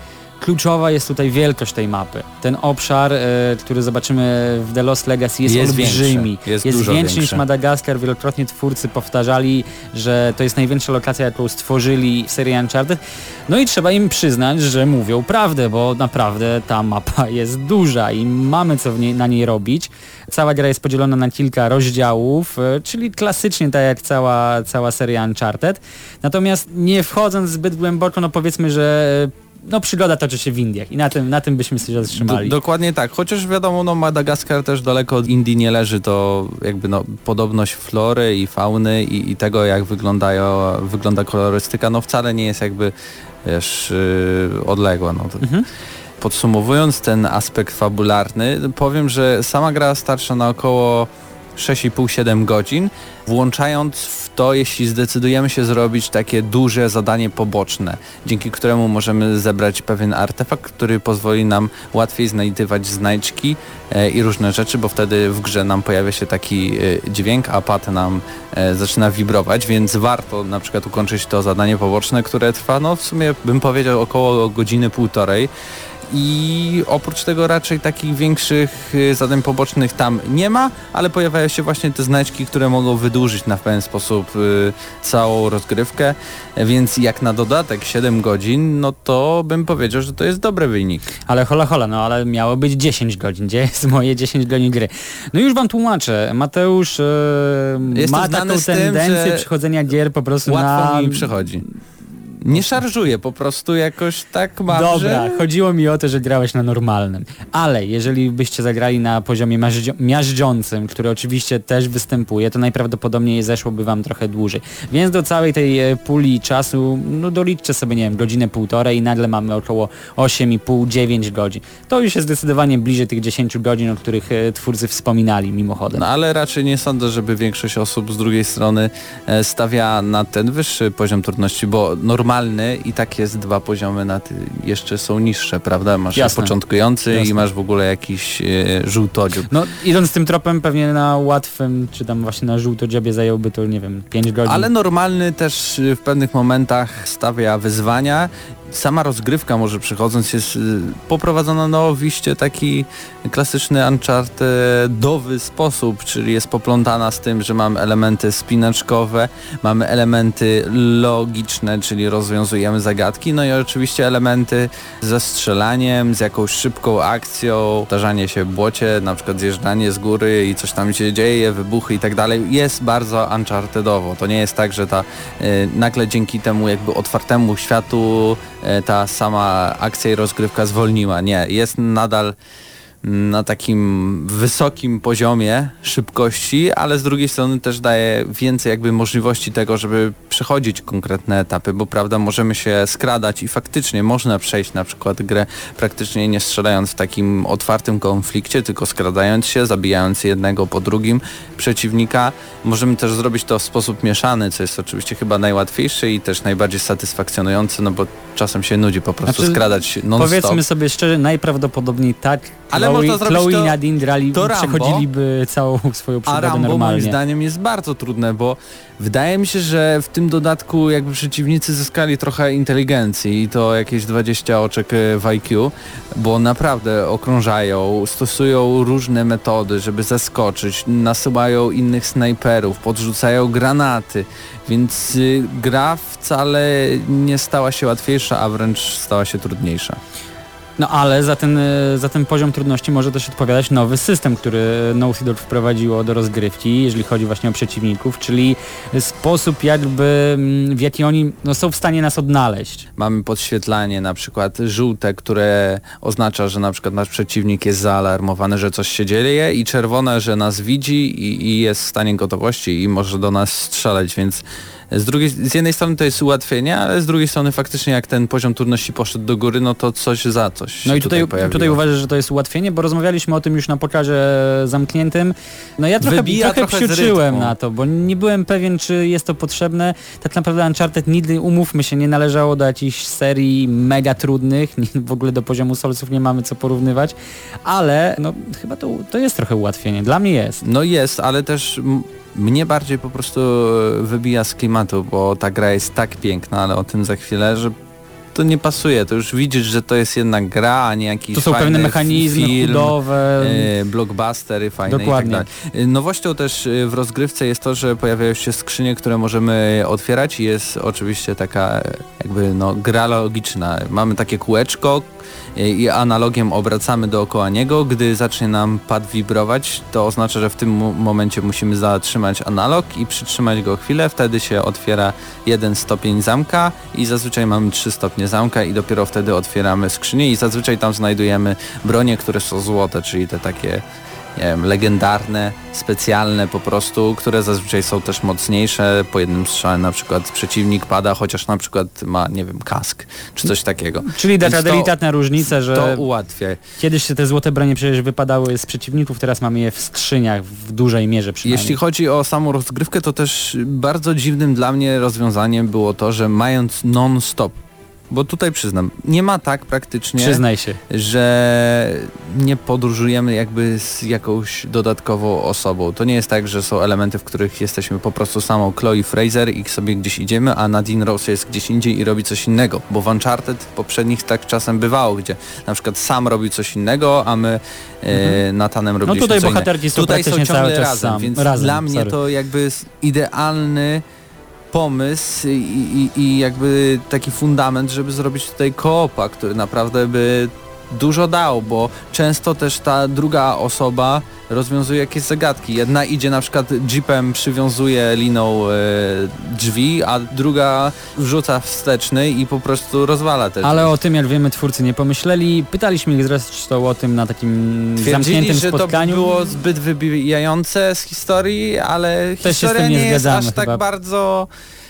kluczowa jest tutaj wielkość tej mapy. Ten obszar, który zobaczymy w The Lost Legacy jest olbrzymi. Większy. Jest dużo większy niż większy. Madagaskar. Wielokrotnie twórcy powtarzali, że to jest największa lokacja, jaką stworzyli w serii Uncharted. No i trzeba im przyznać, że mówią prawdę, bo naprawdę ta mapa jest duża i mamy co na niej robić. Cała gra jest podzielona na kilka rozdziałów, czyli klasycznie tak jak cała seria Uncharted. Natomiast nie wchodząc zbyt głęboko, no powiedzmy, że przygoda toczy się w Indiach i na tym byśmy się zatrzymali. Dokładnie tak, chociaż wiadomo, Madagaskar też daleko od Indii nie leży, to jakby podobność flory i fauny i tego, jak wygląda kolorystyka, wcale nie jest jakby, wiesz, odległa. Podsumowując ten aspekt fabularny, powiem, że sama gra starcza na około 6,5-7 godzin, włączając w to, jeśli zdecydujemy się zrobić takie duże zadanie poboczne, dzięki któremu możemy zebrać pewien artefakt, który pozwoli nam łatwiej znajdywać znajdźki i różne rzeczy, bo wtedy w grze nam pojawia się taki dźwięk, a pad nam zaczyna wibrować, więc warto na przykład ukończyć to zadanie poboczne, które trwa, w sumie bym powiedział około godziny, półtorej. I oprócz tego raczej takich większych zadań pobocznych tam nie ma, ale pojawiają się właśnie te znajdźki, które mogą wydłużyć na pewien sposób całą rozgrywkę, więc jak na dodatek 7 godzin, to bym powiedział, że to jest dobry wynik. Ale hola, ale miało być 10 godzin. Gdzie jest moje 10 godzin gry? No już wam tłumaczę. Mateusz ma taką tendencję przechodzenia gier po prostu łatwo mi przychodzi. Nie szarżuję, po prostu jakoś tak mam, Dobra, chodziło mi o to, że grałeś na normalnym. Ale jeżeli byście zagrali na poziomie miażdżącym, który oczywiście też występuje, to najprawdopodobniej zeszłoby wam trochę dłużej. Więc do całej tej puli czasu, doliczcie sobie, nie wiem, godzinę, półtorej i nagle mamy około 8,5-9 godzin. To już jest zdecydowanie bliżej tych 10 godzin, o których twórcy wspominali mimochodem. Ale raczej nie sądzę, żeby większość osób z drugiej strony stawia na ten wyższy poziom trudności, bo normalnie i tak jest 2 poziomy, jeszcze są niższe, prawda? Masz początkujący i masz w ogóle jakiś żółtodziób. Idąc tym tropem, pewnie na łatwym, czy tam właśnie na żółtodziobie zająłby to, nie wiem, 5 godzin. Ale normalny też w pewnych momentach stawia wyzwania. Sama rozgrywka może przychodząc jest poprowadzona w iście taki klasyczny unchartedowy sposób, czyli jest poplątana z tym, że mamy elementy spinaczkowe, mamy elementy logiczne, czyli rozwiązujemy zagadki, i oczywiście elementy ze strzelaniem, z jakąś szybką akcją, zdarzanie się w błocie, na przykład zjeżdżanie z góry i coś tam się dzieje, wybuchy i tak dalej. Jest bardzo unchartedowo. To nie jest tak, że nagle dzięki temu jakby otwartemu światu ta sama akcja i rozgrywka zwolniła. Nie, jest nadal na takim wysokim poziomie szybkości, ale z drugiej strony też daje więcej jakby możliwości tego, żeby przechodzić konkretne etapy, bo prawda, możemy się skradać i faktycznie można przejść na przykład grę praktycznie nie strzelając w takim otwartym konflikcie, tylko skradając się, zabijając jednego po drugim przeciwnika. Możemy też zrobić to w sposób mieszany, co jest oczywiście chyba najłatwiejsze i też najbardziej satysfakcjonujące, bo czasem się nudzi po prostu skradać non-stop. Powiedzmy sobie szczerze, najprawdopodobniej tak, ale można zrobić Chloe to, i Nadine grali, przechodziliby całą swoją przygodę Rambo, normalnie. moim zdaniem jest bardzo trudne, bo wydaje mi się, że w tym dodatku jakby przeciwnicy zyskali trochę inteligencji i to jakieś 20 oczek w IQ, bo naprawdę okrążają, stosują różne metody, żeby zaskoczyć, nasyłają innych snajperów, podrzucają granaty, więc gra wcale nie stała się łatwiejsza, a wręcz stała się trudniejsza. Ale za ten poziom trudności może też odpowiadać nowy system, który Naughty Dog wprowadziło do rozgrywki, jeżeli chodzi właśnie o przeciwników, czyli sposób w jaki oni są w stanie nas odnaleźć. Mamy podświetlanie na przykład żółte, które oznacza, że na przykład nasz przeciwnik jest zaalarmowany, że coś się dzieje, i czerwone, że nas widzi i jest w stanie gotowości i może do nas strzelać, więc z jednej strony to jest ułatwienie, ale z drugiej strony faktycznie jak ten poziom trudności poszedł do góry, to coś za coś. No i tutaj uważasz, że to jest ułatwienie, bo rozmawialiśmy o tym już na pokazie zamkniętym. Ja trochę psiuczyłem na to, bo nie byłem pewien, czy jest to potrzebne. Tak naprawdę Uncharted nigdy, umówmy się, nie należało do jakichś serii mega trudnych, w ogóle do poziomu Soulsów nie mamy co porównywać, ale chyba to jest trochę ułatwienie. Dla mnie jest. Jest, ale też mnie bardziej po prostu wybija z klimatu, bo ta gra jest tak piękna, ale o tym za chwilę, że to nie pasuje. To już widzisz, że to jest jednak gra, a nie jakiś To są fajny pewne mechanizmy, film, budowe. blockbustery fajne Dokładnie. i tak dalej. Nowością też w rozgrywce jest to, że pojawiają się skrzynie, które możemy otwierać i jest oczywiście taka jakby gra logiczna. Mamy takie kółeczko i analogiem obracamy dookoła niego. Gdy zacznie nam pad wibrować, to oznacza, że w tym momencie musimy zatrzymać analog i przytrzymać go chwilę. Wtedy się otwiera 1 stopień zamka i zazwyczaj mamy 3 stopnie zamka i dopiero wtedy otwieramy skrzynię i zazwyczaj tam znajdujemy bronie, które są złote, czyli te takie nie wiem, legendarne, specjalne po prostu, które zazwyczaj są też mocniejsze. Po jednym strzale na przykład przeciwnik pada, chociaż na przykład ma, nie wiem, kask czy coś takiego. Czyli taka Więc delikatna różnica, że to ułatwia. kiedyś te złote bronie przecież wypadały z przeciwników, teraz mamy je w skrzyniach w dużej mierze przynajmniej. Jeśli chodzi o samą rozgrywkę, to też bardzo dziwnym dla mnie rozwiązaniem było to, że mając non-stop, bo tutaj przyznam, nie ma tak praktycznie, Przyznaj się. że nie podróżujemy jakby z jakąś dodatkową osobą. To nie jest tak, że są elementy, w których jesteśmy po prostu samą Chloe Fraser i sobie gdzieś idziemy, a Nadine Rose jest gdzieś indziej i robi coś innego. Bo w Uncharted poprzednich tak czasem bywało, gdzie na przykład Sam robi coś innego, a my Nathanem robiliśmy tutaj co bohaterki innego. są Tutaj są praktycznie ciągle cały czas razem, więc dla mnie to jakby jest idealny pomysł i jakby taki fundament, żeby zrobić tutaj koopa, który naprawdę by dużo dał, bo często też ta druga osoba rozwiązuje jakieś zagadki. Jedna idzie na przykład jeepem, przywiązuje liną drzwi, a druga wrzuca wsteczny i po prostu rozwala te drzwi. Ale o tym, jak wiemy, twórcy nie pomyśleli. Pytaliśmy ich zresztą o tym na takim Twierdzili, zamkniętym że spotkaniu. to było zbyt wybijające z historii, ale Też się z historia tym nie nie jest zgadzamy aż tak chyba. bardzo...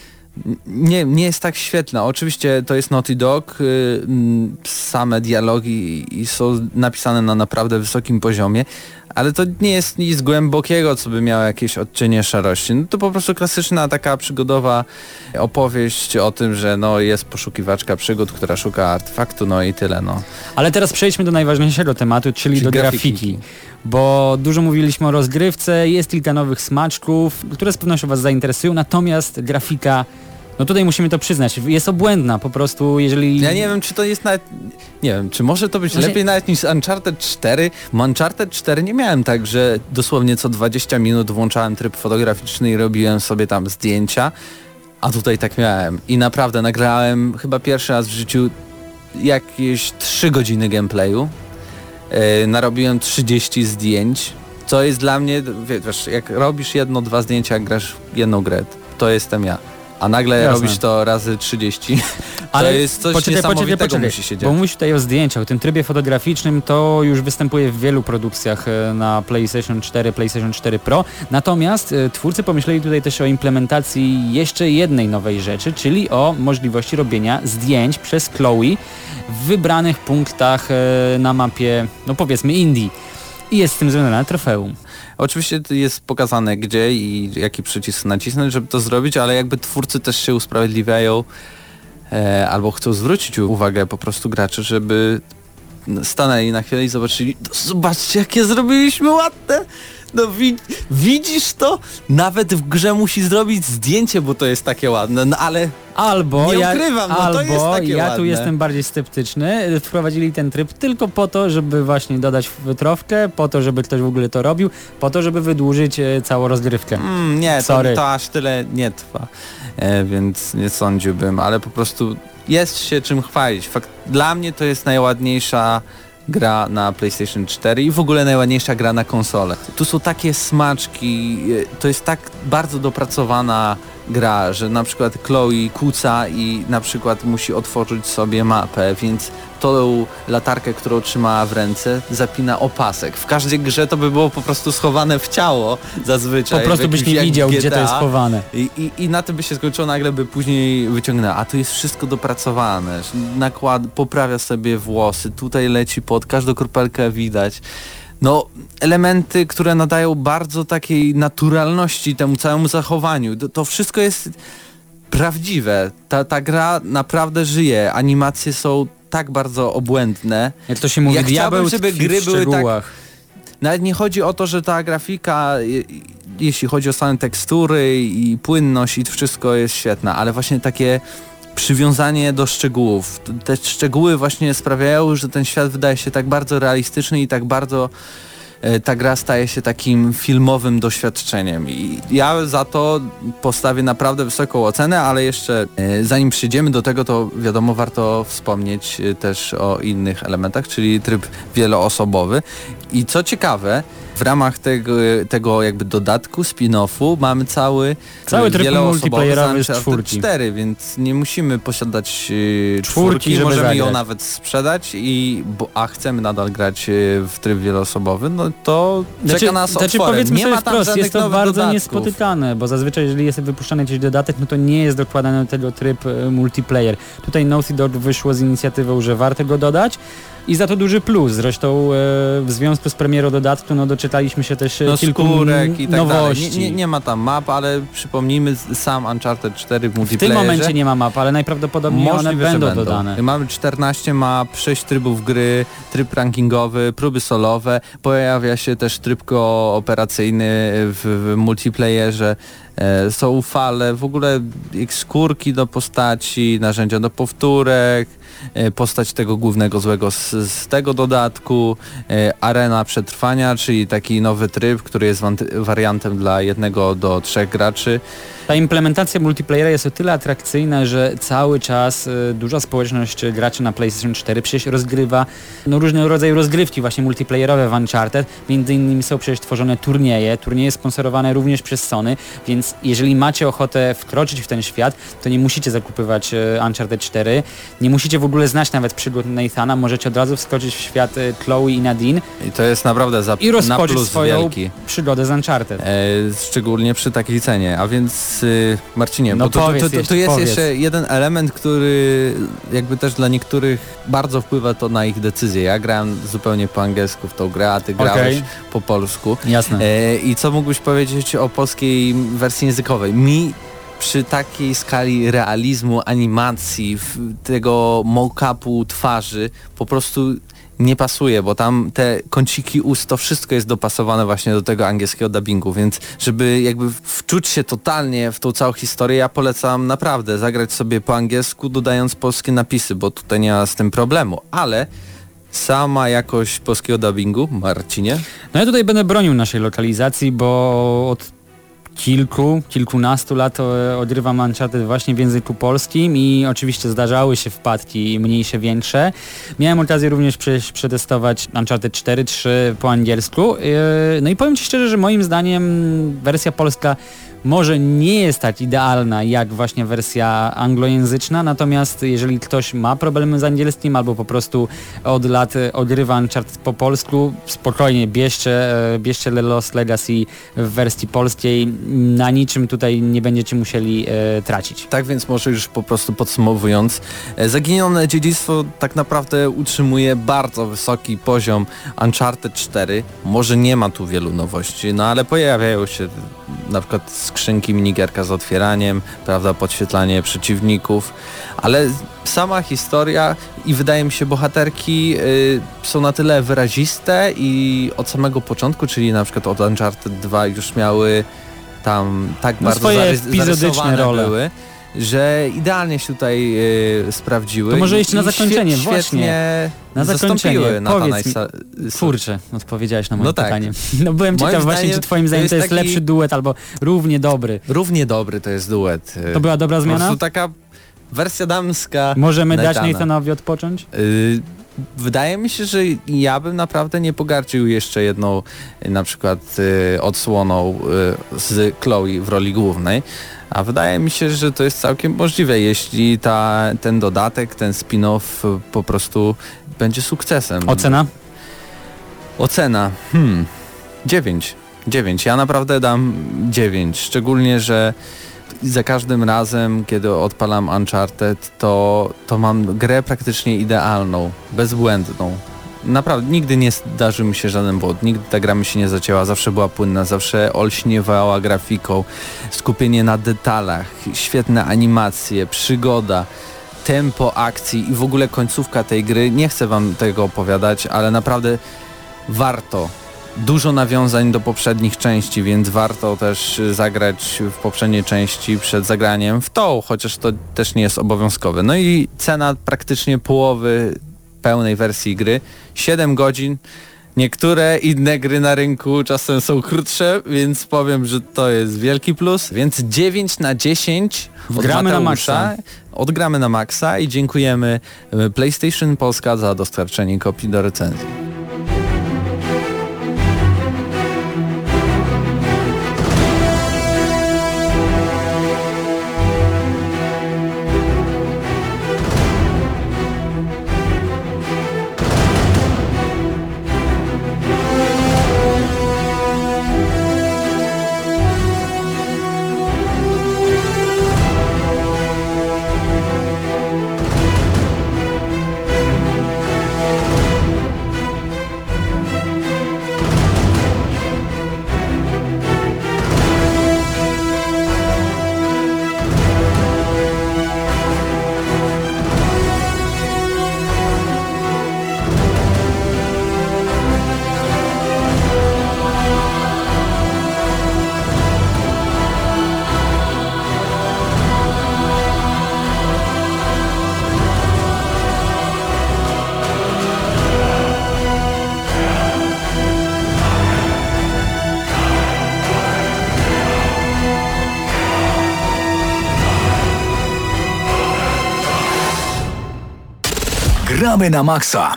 Nie jest tak świetna. Oczywiście to jest Naughty Dog, same dialogi i są napisane na naprawdę wysokim poziomie, ale to nie jest nic głębokiego, co by miało jakieś odcienie szarości. No to po prostu klasyczna taka przygodowa opowieść o tym, że jest poszukiwaczka przygód, która szuka artefaktu, i tyle. Ale teraz przejdźmy do najważniejszego tematu, czyli do grafiki. Bo dużo mówiliśmy o rozgrywce, jest kilka nowych smaczków, które z pewnością Was zainteresują, natomiast grafika, tutaj musimy to przyznać, jest obłędna po prostu, jeżeli... Ja nie wiem, czy to jest nawet... Nie wiem, czy może to być lepiej nawet niż Uncharted 4? W Uncharted 4 nie miałem tak, że dosłownie co 20 minut włączałem tryb fotograficzny i robiłem sobie tam zdjęcia, a tutaj tak miałem. I naprawdę nagrałem chyba pierwszy raz w życiu jakieś 3 godziny gameplayu. Narobiłem 30 zdjęć, co jest dla mnie, wiesz, jak robisz 1-2 zdjęcia, jak grasz w jedną grę, to jestem ja. A nagle Jasne. robisz to razy 30. Ale to jest coś niesamowitego musi się dziać. Bo mówisz tutaj o zdjęciach, o tym trybie fotograficznym, to już występuje w wielu produkcjach na PlayStation 4, PlayStation 4 Pro. Natomiast twórcy pomyśleli tutaj też o implementacji jeszcze jednej nowej rzeczy, czyli o możliwości robienia zdjęć przez Chloe w wybranych punktach na mapie, powiedzmy Indii. I jest z tym związane trofeum. Oczywiście jest pokazane gdzie i jaki przycisk nacisnąć, żeby to zrobić, ale jakby twórcy też się usprawiedliwiają albo chcą zwrócić uwagę po prostu graczy, żeby stanęli na chwilę i zobaczyli, zobaczcie jakie zrobiliśmy ładne. Widzisz to? Nawet w grze musi zrobić zdjęcie, bo to jest takie ładne, ale Albo nie ukrywam, to jest takie ja ładne. tu jestem bardziej sceptyczny. Wprowadzili ten tryb tylko po to, żeby właśnie dodać wytrawkę, po to, żeby ktoś w ogóle to robił, po to, żeby wydłużyć całą rozgrywkę. Nie, Sorry. to aż tyle nie trwa, więc nie sądziłbym, ale po prostu jest się czym chwalić. Dla mnie to jest najładniejsza gra na PlayStation 4 i w ogóle najładniejsza gra na konsolę. Tu są takie smaczki, to jest tak bardzo dopracowana gra, że na przykład Chloe kuca i na przykład musi otworzyć sobie mapę, więc tą latarkę, którą trzymała w ręce, zapina opasek. W każdej grze to by było po prostu schowane w ciało zazwyczaj. Po prostu byś nie widział, gdzie to jest schowane. I na tym by się skończyło, nagle by później wyciągnęła. A tu jest wszystko dopracowane. Poprawia sobie włosy, tutaj leci pot, każdą kropelkę widać. Elementy, które nadają bardzo takiej naturalności temu całemu zachowaniu. To wszystko jest prawdziwe. Ta gra naprawdę żyje. Animacje są tak bardzo obłędne. Jak to się mówi, Ja diabeł chciałbym, żeby tkwi gry w były tak... szczegółach. Nawet nie chodzi o to, że ta grafika, jeśli chodzi o same tekstury i płynność i wszystko jest świetna, ale właśnie takie przywiązanie do szczegółów. Te szczegóły właśnie sprawiają, że ten świat wydaje się tak bardzo realistyczny i tak bardzo ta gra staje się takim filmowym doświadczeniem i ja za to postawię naprawdę wysoką ocenę, ale jeszcze zanim przejdziemy do tego, to wiadomo warto wspomnieć też o innych elementach, czyli tryb wieloosobowy i co ciekawe, w ramach tego jakby dodatku, spin-offu mamy cały tryb multiplayerowy z Uncharted 4. 4, więc nie musimy posiadać Czwórki, żeby możemy ją zagrać. nawet sprzedać a chcemy nadal grać w tryb wieloosobowy, no to czeka nas otworem. Powiedzmy Nie sobie ma tam wprost, żadnych jest to nowych bardzo dodatków. niespotykane, bo zazwyczaj jeżeli jest wypuszczany jakiś dodatek, no to nie jest dokładany do tego tryb multiplayer. Tutaj Naughty Dog wyszło z inicjatywą, że warto go dodać. I za to duży plus. Zresztą w związku z premierą dodatku doczytaliśmy się też kilku skórek i tak nowości. dalej. Nie ma tam map, ale przypomnijmy, sam Uncharted 4 w W multiplayerze. tym momencie nie ma map, ale najprawdopodobniej one Możliwe, że będą dodane. Mamy 14 map, 6 trybów gry, tryb rankingowy, próby solowe, pojawia się też tryb kooperacyjny w multiplayerze, są fale, w ogóle skórki do postaci, narzędzia do powtórek, postać tego głównego złego z tego dodatku, arena przetrwania, czyli taki nowy tryb, który jest wariantem dla 1 do 3 graczy. Ta implementacja multiplayera jest o tyle atrakcyjna, że cały czas duża społeczność graczy na PlayStation 4 przecież rozgrywa różnego rodzaju rozgrywki właśnie multiplayerowe w Uncharted. Między innymi są przecież tworzone turnieje sponsorowane również przez Sony, więc jeżeli macie ochotę wkroczyć w ten świat, to nie musicie zakupywać Uncharted 4, nie musicie w ogóle znać nawet przygód Nathana, możecie od razu wskoczyć w świat Chloe i Nadine I to jest naprawdę i na rozpocząć plus swoją wielki. przygodę z Uncharted. Szczególnie przy takiej cenie, a więc Marcinie, No bo tu powiedz jest powiedz. jeszcze jeden element, który jakby też dla niektórych bardzo wpływa to na ich decyzję. Ja grałem zupełnie po angielsku w tą grę, a ty grałeś po polsku. Jasne. I co mógłbyś powiedzieć o polskiej wersji językowej? Mi przy takiej skali realizmu, animacji, tego mock-upu twarzy po prostu nie pasuje, bo tam te kąciki ust, to wszystko jest dopasowane właśnie do tego angielskiego dubbingu, więc żeby jakby wczuć się totalnie w tą całą historię, ja polecam naprawdę zagrać sobie po angielsku, dodając polskie napisy, bo tutaj nie ma z tym problemu, ale sama jakość polskiego dubbingu, Marcinie? No ja tutaj będę bronił naszej lokalizacji, bo od kilkunastu lat odgrywam Uncharted właśnie w języku polskim i oczywiście zdarzały się wpadki mniejsze, większe. Miałem okazję również przetestować Uncharted 4-3 po angielsku. No i powiem Ci szczerze, że moim zdaniem wersja polska może nie jest tak idealna jak właśnie wersja anglojęzyczna, natomiast jeżeli ktoś ma problemy z angielskim albo po prostu od lat odgrywa Uncharted po polsku, spokojnie bierzcie The Lost Legacy w wersji polskiej, na niczym tutaj nie będziecie musieli tracić. Tak więc może już po prostu podsumowując, Zaginione Dziedzictwo tak naprawdę utrzymuje bardzo wysoki poziom Uncharted 4. Może nie ma tu wielu nowości, no ale pojawiają się na przykład skrzynki, minigierka z otwieraniem, prawda, podświetlanie przeciwników, ale sama historia i wydaje mi się bohaterki są na tyle wyraziste i od samego początku, czyli na przykład od Uncharted 2 już miały tam tak bardzo swoje epizodyczne zarysowane role. były, że idealnie się tutaj sprawdziły. To może iść na i zakończenie, właśnie. Świetnie Na zakończenie, zastąpiły powiedz Nathana Kurczę, odpowiedziałeś na moje No tak. pytanie. No byłem Moim ciekaw właśnie, zdaniem czy twoim zdaniem to jest taki- lepszy duet albo równie dobry. Równie dobry to jest duet. To była dobra Po zmiana? prostu taka wersja damska. Możemy dać Nathana. Nathanowi odpocząć? Wydaje mi się, że ja bym naprawdę nie pogardził jeszcze jedną na przykład odsłoną z Chloe w roli głównej, a wydaje mi się, że to jest całkiem możliwe, jeśli ten dodatek, ten spin-off po prostu będzie sukcesem. Ocena? Ocena? 9. 9. Ja naprawdę dam 9. Szczególnie, że za każdym razem, kiedy odpalam Uncharted, to mam grę praktycznie idealną, bezbłędną. Naprawdę, nigdy nie zdarzył mi się żaden błąd, nigdy ta gra mi się nie zacięła, zawsze była płynna, zawsze olśniewała grafiką, skupienie na detalach, świetne animacje, przygoda, tempo akcji i w ogóle końcówka tej gry. Nie chcę wam tego opowiadać, ale naprawdę warto dużo nawiązań do poprzednich części, więc warto też zagrać w poprzedniej części przed zagraniem w tą, chociaż to też nie jest obowiązkowe. No i cena praktycznie połowy pełnej wersji gry, 7 godzin. Niektóre inne gry na rynku czasem są krótsze, więc powiem, że to jest wielki plus. Więc 9/10 Wgramy na maksa. Odgramy na maksa i dziękujemy PlayStation Polska za dostarczenie kopii do recenzji. Gramy na maksa.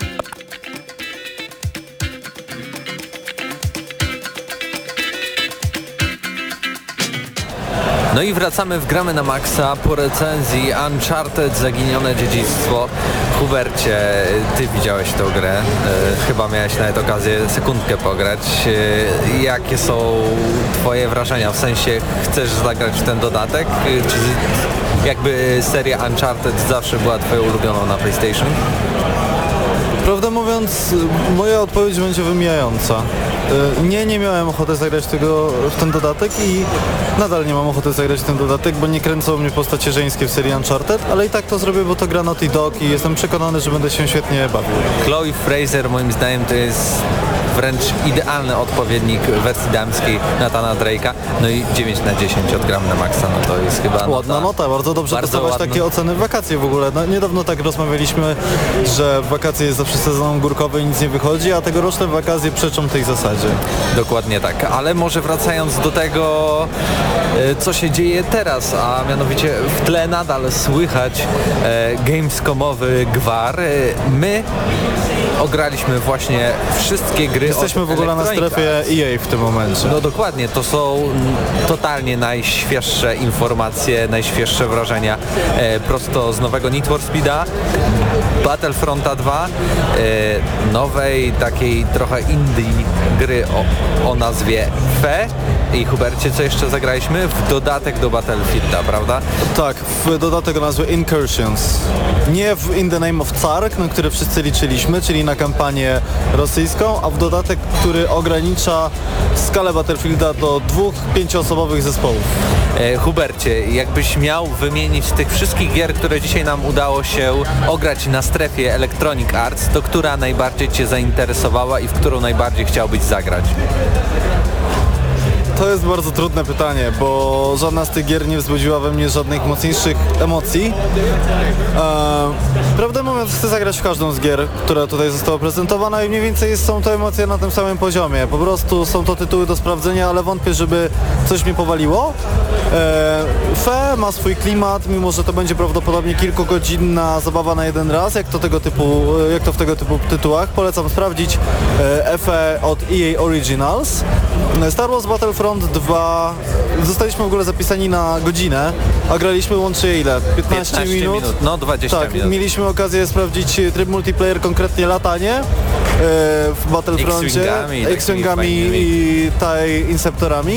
No i wracamy w Gramy na maksa po recenzji Uncharted Zaginione Dziedzictwo. Hubercie, ty widziałeś tę grę, chyba miałeś nawet okazję sekundkę pograć. Jakie są twoje wrażenia? W sensie, chcesz zagrać w ten dodatek? Czy jakby seria Uncharted zawsze była twoją ulubioną na PlayStation? Prawdę mówiąc, moja odpowiedź będzie wymijająca. Nie miałem ochoty zagrać w ten dodatek i nadal nie mam ochoty zagrać w ten dodatek, bo nie kręcą mnie postacie żeńskie w serii Uncharted, ale i tak to zrobię, bo to gra Naughty Dog i jestem przekonany, że będę się świetnie bawił. Chloe Fraser moim zdaniem to jest wręcz idealny odpowiednik wersji damskiej Nathana Drake'a. No i 9/10 od Gramy na maksa, no to jest chyba Ładna nota, bardzo dobrze dostawać takie oceny w wakacje w ogóle. No, niedawno tak rozmawialiśmy, że w wakacje jest zawsze sezon górkowy i nic nie wychodzi, a tegoroczne wakacje przeczą tej zasadzie. Dokładnie tak, ale może wracając do tego, co się dzieje teraz, a mianowicie w tle nadal słychać gamescomowy gwar. My ograliśmy właśnie wszystkie gry. Jesteśmy w ogóle na strefie EA w tym momencie. No dokładnie, to są totalnie najświeższe informacje, najświeższe wrażenia prosto z nowego Need for Speeda, Battlefronta 2, nowej takiej trochę indie gry o nazwie Fe. I Hubercie, co jeszcze zagraliśmy? W dodatek do Battlefielda, prawda? Tak, w dodatek o nazwie Incursions. Nie w In the Name of Tsark, na które wszyscy liczyliśmy, czyli na kampanię rosyjską, a w dodatek, który ogranicza skalę Battlefielda do 2 5-osobowych zespołów. Hubercie, jakbyś miał wymienić tych wszystkich gier, które dzisiaj nam udało się ograć na strefie Electronic Arts, to która najbardziej Cię zainteresowała i w którą najbardziej chciałbyś zagrać? To jest bardzo trudne pytanie, bo żadna z tych gier nie wzbudziła we mnie żadnych mocniejszych emocji. Prawdę mówiąc, chcę zagrać w każdą z gier, która tutaj została prezentowana i mniej więcej są to emocje na tym samym poziomie. Po prostu są to tytuły do sprawdzenia, ale wątpię, żeby coś mnie powaliło. Fe ma swój klimat, mimo że to będzie prawdopodobnie kilkugodzinna zabawa na jeden raz, jak to w tego typu tytułach. Polecam sprawdzić Fe od EA Originals. Star Wars Battlefront 2 zostaliśmy w ogóle zapisani na godzinę, a graliśmy łącznie ile? 15 minut? No 20 tak, minut. Mieliśmy okazję sprawdzić tryb multiplayer, konkretnie latanie w Battlefroncie, X-Wingami i TIE Inceptorami.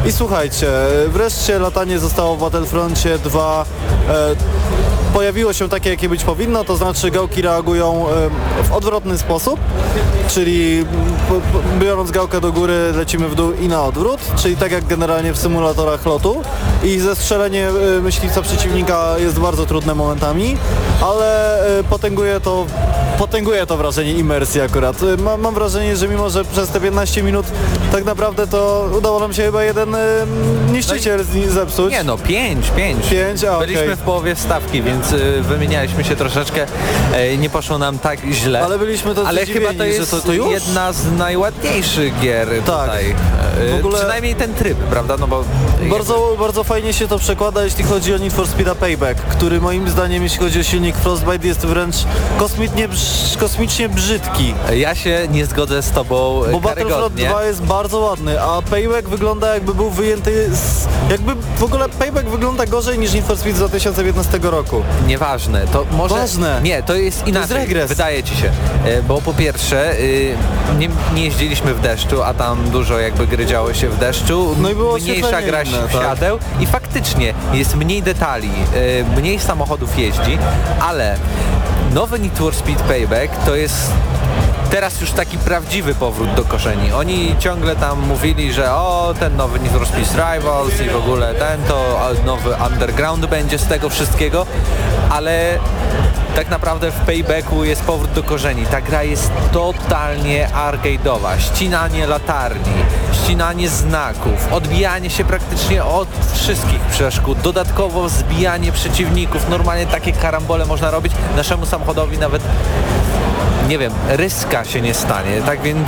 I słuchajcie, wreszcie latanie zostało w Battlefroncie 2 pojawiło się takie, jakie być powinno, to znaczy gałki reagują w odwrotny sposób, czyli biorąc gałkę do góry lecimy w dół i na odwrót, czyli tak jak generalnie w symulatorach lotu i zestrzelenie myśliwca przeciwnika jest bardzo trudne momentami, ale potęguje to wrażenie imersji akurat. Mam wrażenie, że mimo, że przez te 15 minut tak naprawdę to udało nam się chyba jeden niszczyciel zepsuć. Nie no, 5. Byliśmy w połowie stawki, więc wymienialiśmy się troszeczkę, nie poszło nam tak źle. Ale byliśmy to Ale chyba to jest że to już? jedna z najładniejszych gier tutaj. W ogóle- Przynajmniej ten tryb, prawda? No bo Bardzo fajnie się to przekłada, jeśli chodzi o Need for Speed'a Payback, który moim zdaniem, jeśli chodzi o silnik Frostbite, jest wręcz kosmicznie brzydki. ja się nie zgodzę z tobą Bo Battlefront karygodnie. 2 jest bardzo ładny, a Payback wygląda jakby był wyjęty z... Jakby w ogóle Payback wygląda gorzej niż Need for Speed z 2015 roku. Nieważne, to może... Ważne. Nie, to jest inaczej, jest regres. wydaje ci się. Bo po pierwsze, nie jeździliśmy w deszczu, a tam dużo jakby gry działo się w deszczu. No i było mniejsza oświetlenie gra inne, tak. świateł i faktycznie jest mniej detali, mniej samochodów jeździ, ale nowy Need for Speed Payback to jest teraz już taki prawdziwy powrót do korzeni. Oni ciągle tam mówili, że ten nowy Need for Speed Rivals i w ogóle nowy Underground będzie z tego wszystkiego, ale tak naprawdę w Paybacku jest powrót do korzeni. Ta gra jest totalnie arcade'owa. Ścinanie latarni, ścinanie znaków, odbijanie się praktycznie od wszystkich przeszkód, dodatkowo zbijanie przeciwników. Normalnie takie karambole można robić. Naszemu samochodowi nawet, nie wiem, ryska się nie stanie. Tak więc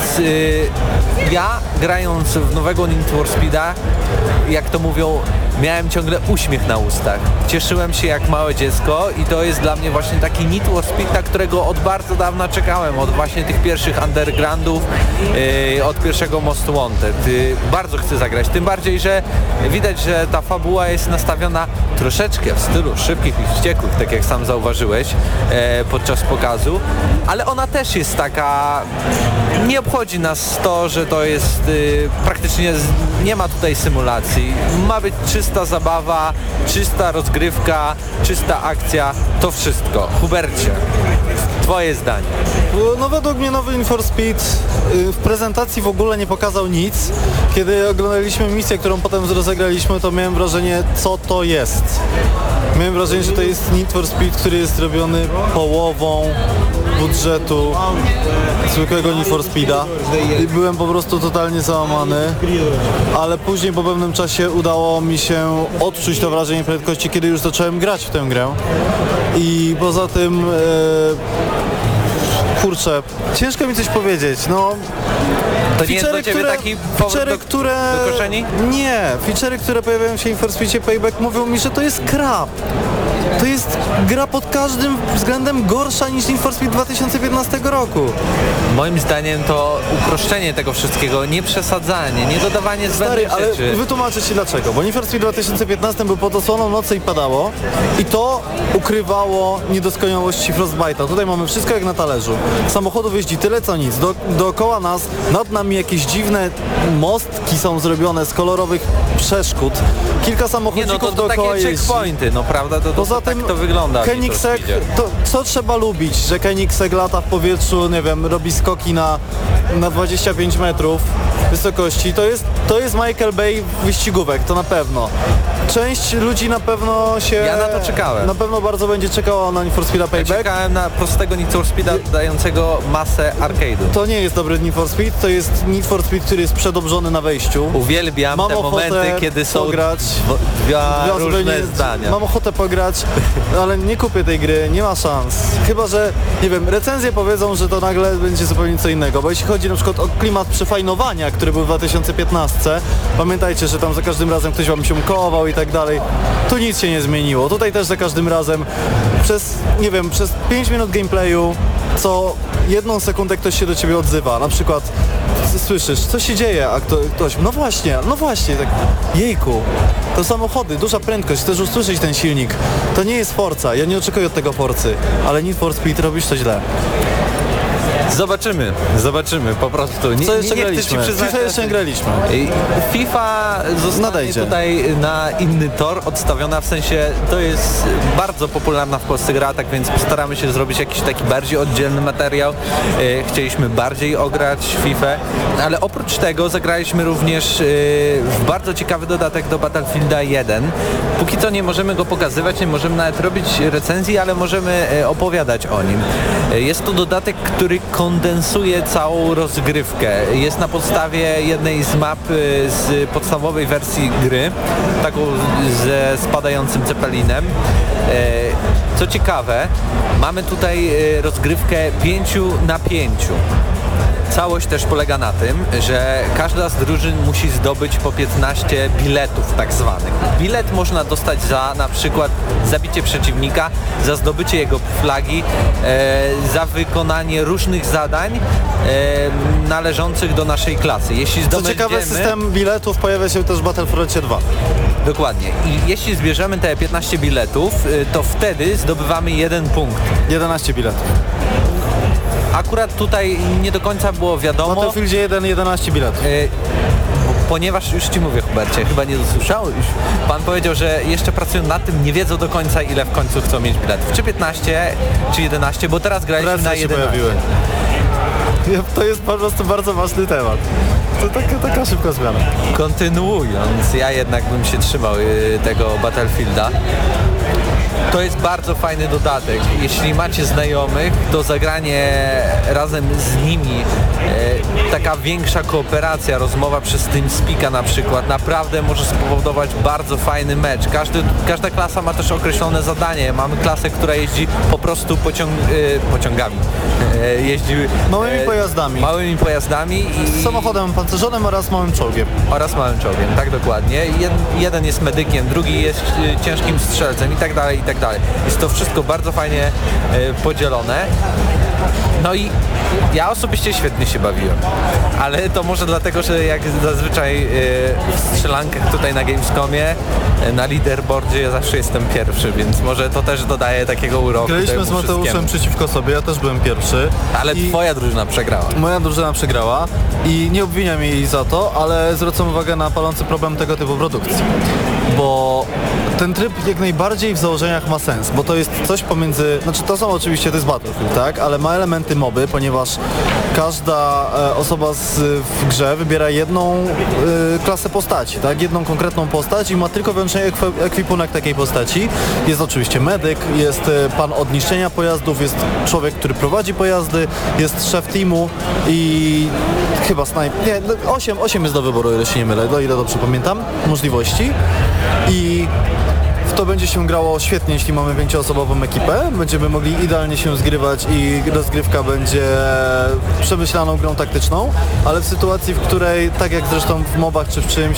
ja grając w nowego Need for Speed'a, jak to mówią, miałem ciągle uśmiech na ustach. Cieszyłem się jak małe dziecko i to jest dla mnie właśnie taki Need for Speed, na którego od bardzo dawna czekałem, od właśnie tych pierwszych Undergroundów, od pierwszego Most Wanted. Bardzo chcę zagrać, tym bardziej, że widać, że ta fabuła jest nastawiona troszeczkę w stylu Szybkich i Wściekłych, tak jak sam zauważyłeś podczas pokazu, ale ona też jest taka, nie obchodzi nas to, że to jest praktycznie, nie ma tutaj symulacji, ma być czysta zabawa, czysta rozgrywka, czysta akcja, to wszystko. Hubercie, twoje zdanie. No według mnie nowy Need for Speed w prezentacji w ogóle nie pokazał nic. Kiedy oglądaliśmy misję, którą potem rozegraliśmy, to miałem wrażenie, co to jest. Miałem wrażenie, że to jest Need for Speed, który jest robiony połową budżetu zwykłego Need for Speeda i byłem po prostu totalnie załamany, ale później po pewnym czasie udało mi się odczuć to wrażenie prędkości, kiedy już zacząłem grać w tę grę i poza tym kurczę, ciężko mi coś powiedzieć, no To nie jest do ciebie taki powrót do korzeni? Nie, feature'y, które pojawiają się w Need for Speedzie Payback mówią mi, że to jest crap. To jest gra pod każdym względem gorsza niż Need for Speed 2015 roku. Moim zdaniem to uproszczenie tego wszystkiego, nie przesadzanie, nie dodawanie zbędnych Ale rzeczy. wytłumaczę Ci dlaczego, bo Need for Speed 2015 był pod osłoną nocy i padało i to ukrywało niedoskonałości Frostbite'a. Tutaj mamy wszystko jak na talerzu. Samochodów jeździ tyle co nic. Dookoła nas, nad nami jakieś dziwne mostki są zrobione z kolorowych przeszkód. Kilka Nie samochodzików no, to dookoła takie jeździ. checkpointy, no prawda, Poza tak tym to wygląda. w Need for Koenigsegg, Speedzie. to co trzeba lubić, że Koenigsegg lata w powietrzu, nie wiem, robi skoki na 25 metrów wysokości. To jest Michael Bay wyścigówek, to na pewno. Część ludzi na pewno się... Ja na to czekałem. Na pewno bardzo będzie czekała na Need for Speed'a Ja Payback. czekałem na prostego Need for Speeda dającego masę arcade'u. To nie jest dobry Need for Speed, to jest Need for Speed, który jest przedobrzony na wejściu. Uwielbiam Mam te ochotę momenty, kiedy są pograć. dwa Ja różne zupełnie zdania. Mam ochotę pograć, ale nie kupię tej gry, nie ma szans. Chyba że, nie wiem, recenzje powiedzą, że to nagle będzie zupełnie co innego, bo jeśli chodzi na przykład o klimat przefajnowania, który był w 2015, pamiętajcie, że tam za każdym razem ktoś wam się kołował i tak dalej, tu nic się nie zmieniło. Tutaj też za każdym razem przez 5 minut gameplayu co 1 sekundę ktoś się do ciebie odzywa, na przykład słyszysz, co się dzieje, a ktoś, no właśnie, tak, jejku, to samochody, duża prędkość, chcesz usłyszeć ten silnik, to nie jest Forza, ja nie oczekuję od tego Forcy, ale Need for Speed robisz to źle. Zobaczymy po prostu. Co jeszcze nie chcę graliśmy? ci przyznać, FIFA jeszcze nie graliśmy. FIFA zostanie Nadejdzie. tutaj na inny tor odstawiona, w sensie to jest bardzo popularna w Polsce gra, tak więc postaramy się zrobić jakiś taki bardziej oddzielny materiał. Chcieliśmy bardziej ograć FIFA, ale oprócz tego zagraliśmy również w bardzo ciekawy dodatek do Battlefielda 1. Póki co nie możemy go pokazywać, nie możemy nawet robić recenzji, ale możemy opowiadać o nim. Jest to dodatek, który kondensuje całą rozgrywkę. Jest na podstawie jednej z map z podstawowej wersji gry, taką ze spadającym cepelinem. Co ciekawe, mamy tutaj rozgrywkę 5 na 5. Całość też polega na tym, że każda z drużyn musi zdobyć po 15 biletów tak zwanych. Bilet można dostać za na przykład zabicie przeciwnika, za zdobycie jego flagi, za wykonanie różnych zadań należących do naszej klasy. Jeśli Co zdobędziemy... ciekawe, system biletów pojawia się też w Battlefroncie 2. Dokładnie. I jeśli zbierzemy te 15 biletów, to wtedy zdobywamy 1 punkt. 11 biletów. Akurat tutaj nie do końca było W wiadomo. Battlefieldzie 1 11 biletów. Ponieważ już ci mówię, Hubercie, chyba nie dosłyszałeś. Pan powiedział, że jeszcze pracują nad tym, nie wiedzą do końca, ile w końcu chcą mieć biletów. Czy 15, czy 11, bo teraz graliśmy Ręce na się 11. pojawiły. To jest po prostu bardzo ważny temat. To taka szybka zmiana. Kontynuując, ja jednak bym się trzymał tego Battlefielda. To jest bardzo fajny dodatek. Jeśli macie znajomych, to zagranie razem z nimi, taka większa kooperacja, rozmowa przez TeamSpeaka na przykład, naprawdę może spowodować bardzo fajny mecz. Każda klasa ma też określone zadanie. Mamy klasę, która jeździ po prostu pociągami. Jeździ małymi pojazdami i Samochodem pancerzonym oraz małym czołgiem. oraz małym czołgiem, tak dokładnie. Jeden jest medykiem, drugi jest ciężkim strzelcem i tak dalej, i tak dalej. Jest to wszystko bardzo fajnie podzielone. No i ja osobiście świetnie się bawiłem, ale to może dlatego, że jak zazwyczaj w strzelankach tutaj na Gamescomie, na leaderboardzie ja zawsze jestem pierwszy, więc może to też dodaje takiego uroku. Graliśmy temu z Mateuszem wszystkiemu. przeciwko sobie, ja też byłem pierwszy. Ale I twoja drużyna przegrała. moja drużyna przegrała i nie obwiniam jej za to, ale zwracam uwagę na palący problem tego typu produkcji. Bo ten tryb jak najbardziej w założeniach ma sens, bo to jest coś pomiędzy, znaczy to są oczywiście, to jest Battlefield, tak, ale ma elementy moby, ponieważ każda osoba w grze wybiera jedną klasę postaci, tak, jedną konkretną postać i ma tylko wyłącznie ekwipunek takiej postaci. Jest oczywiście medyk, jest pan od niszczenia pojazdów, jest człowiek, który prowadzi pojazdy, jest szef teamu i chyba nie, 8 jest do wyboru, o ile się nie mylę, o ile dobrze pamiętam, możliwości. I w to będzie się grało świetnie, jeśli mamy 5-osobową ekipę. Będziemy mogli idealnie się zgrywać i rozgrywka będzie przemyślaną grą taktyczną, ale w sytuacji, w której, tak jak zresztą w mobach czy w czymś,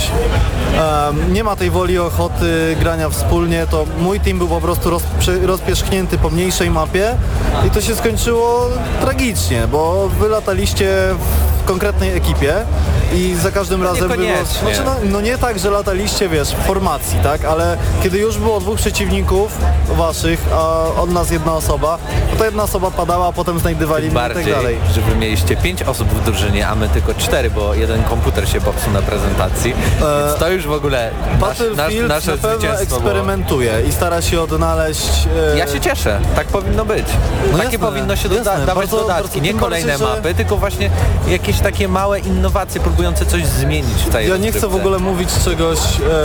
nie ma tej woli, ochoty grania wspólnie, to mój team był po prostu rozpierzchnięty po mniejszej mapie i to się skończyło tragicznie, bo wy lataliście w konkretnej ekipie i za każdym razem było... Niekoniecznie. Znaczy, no nie tak, że lataliście, wiesz, w formacji, tak, ale kiedy już było 2 przeciwników waszych, a od nas 1 osoba, to ta 1 osoba padała, a potem znajdywali mnie i tak Bardziej, dalej. że wy mieliście 5 osób w drużynie, a my tylko 4, bo jeden komputer się popsuł na prezentacji, więc to już w ogóle Battlefield nasze na pewno zwycięstwo było. eksperymentuje i stara się odnaleźć... Ja się cieszę, tak powinno być. No Takie jasne, powinno się jasne. dawać Bardzo- dodatki, bardzo- nie tym kolejne bardziej, że- mapy, tylko właśnie jakieś takie małe innowacje próbujące coś zmienić w tej Ja nie chcę w rozgrywce. ogóle mówić czegoś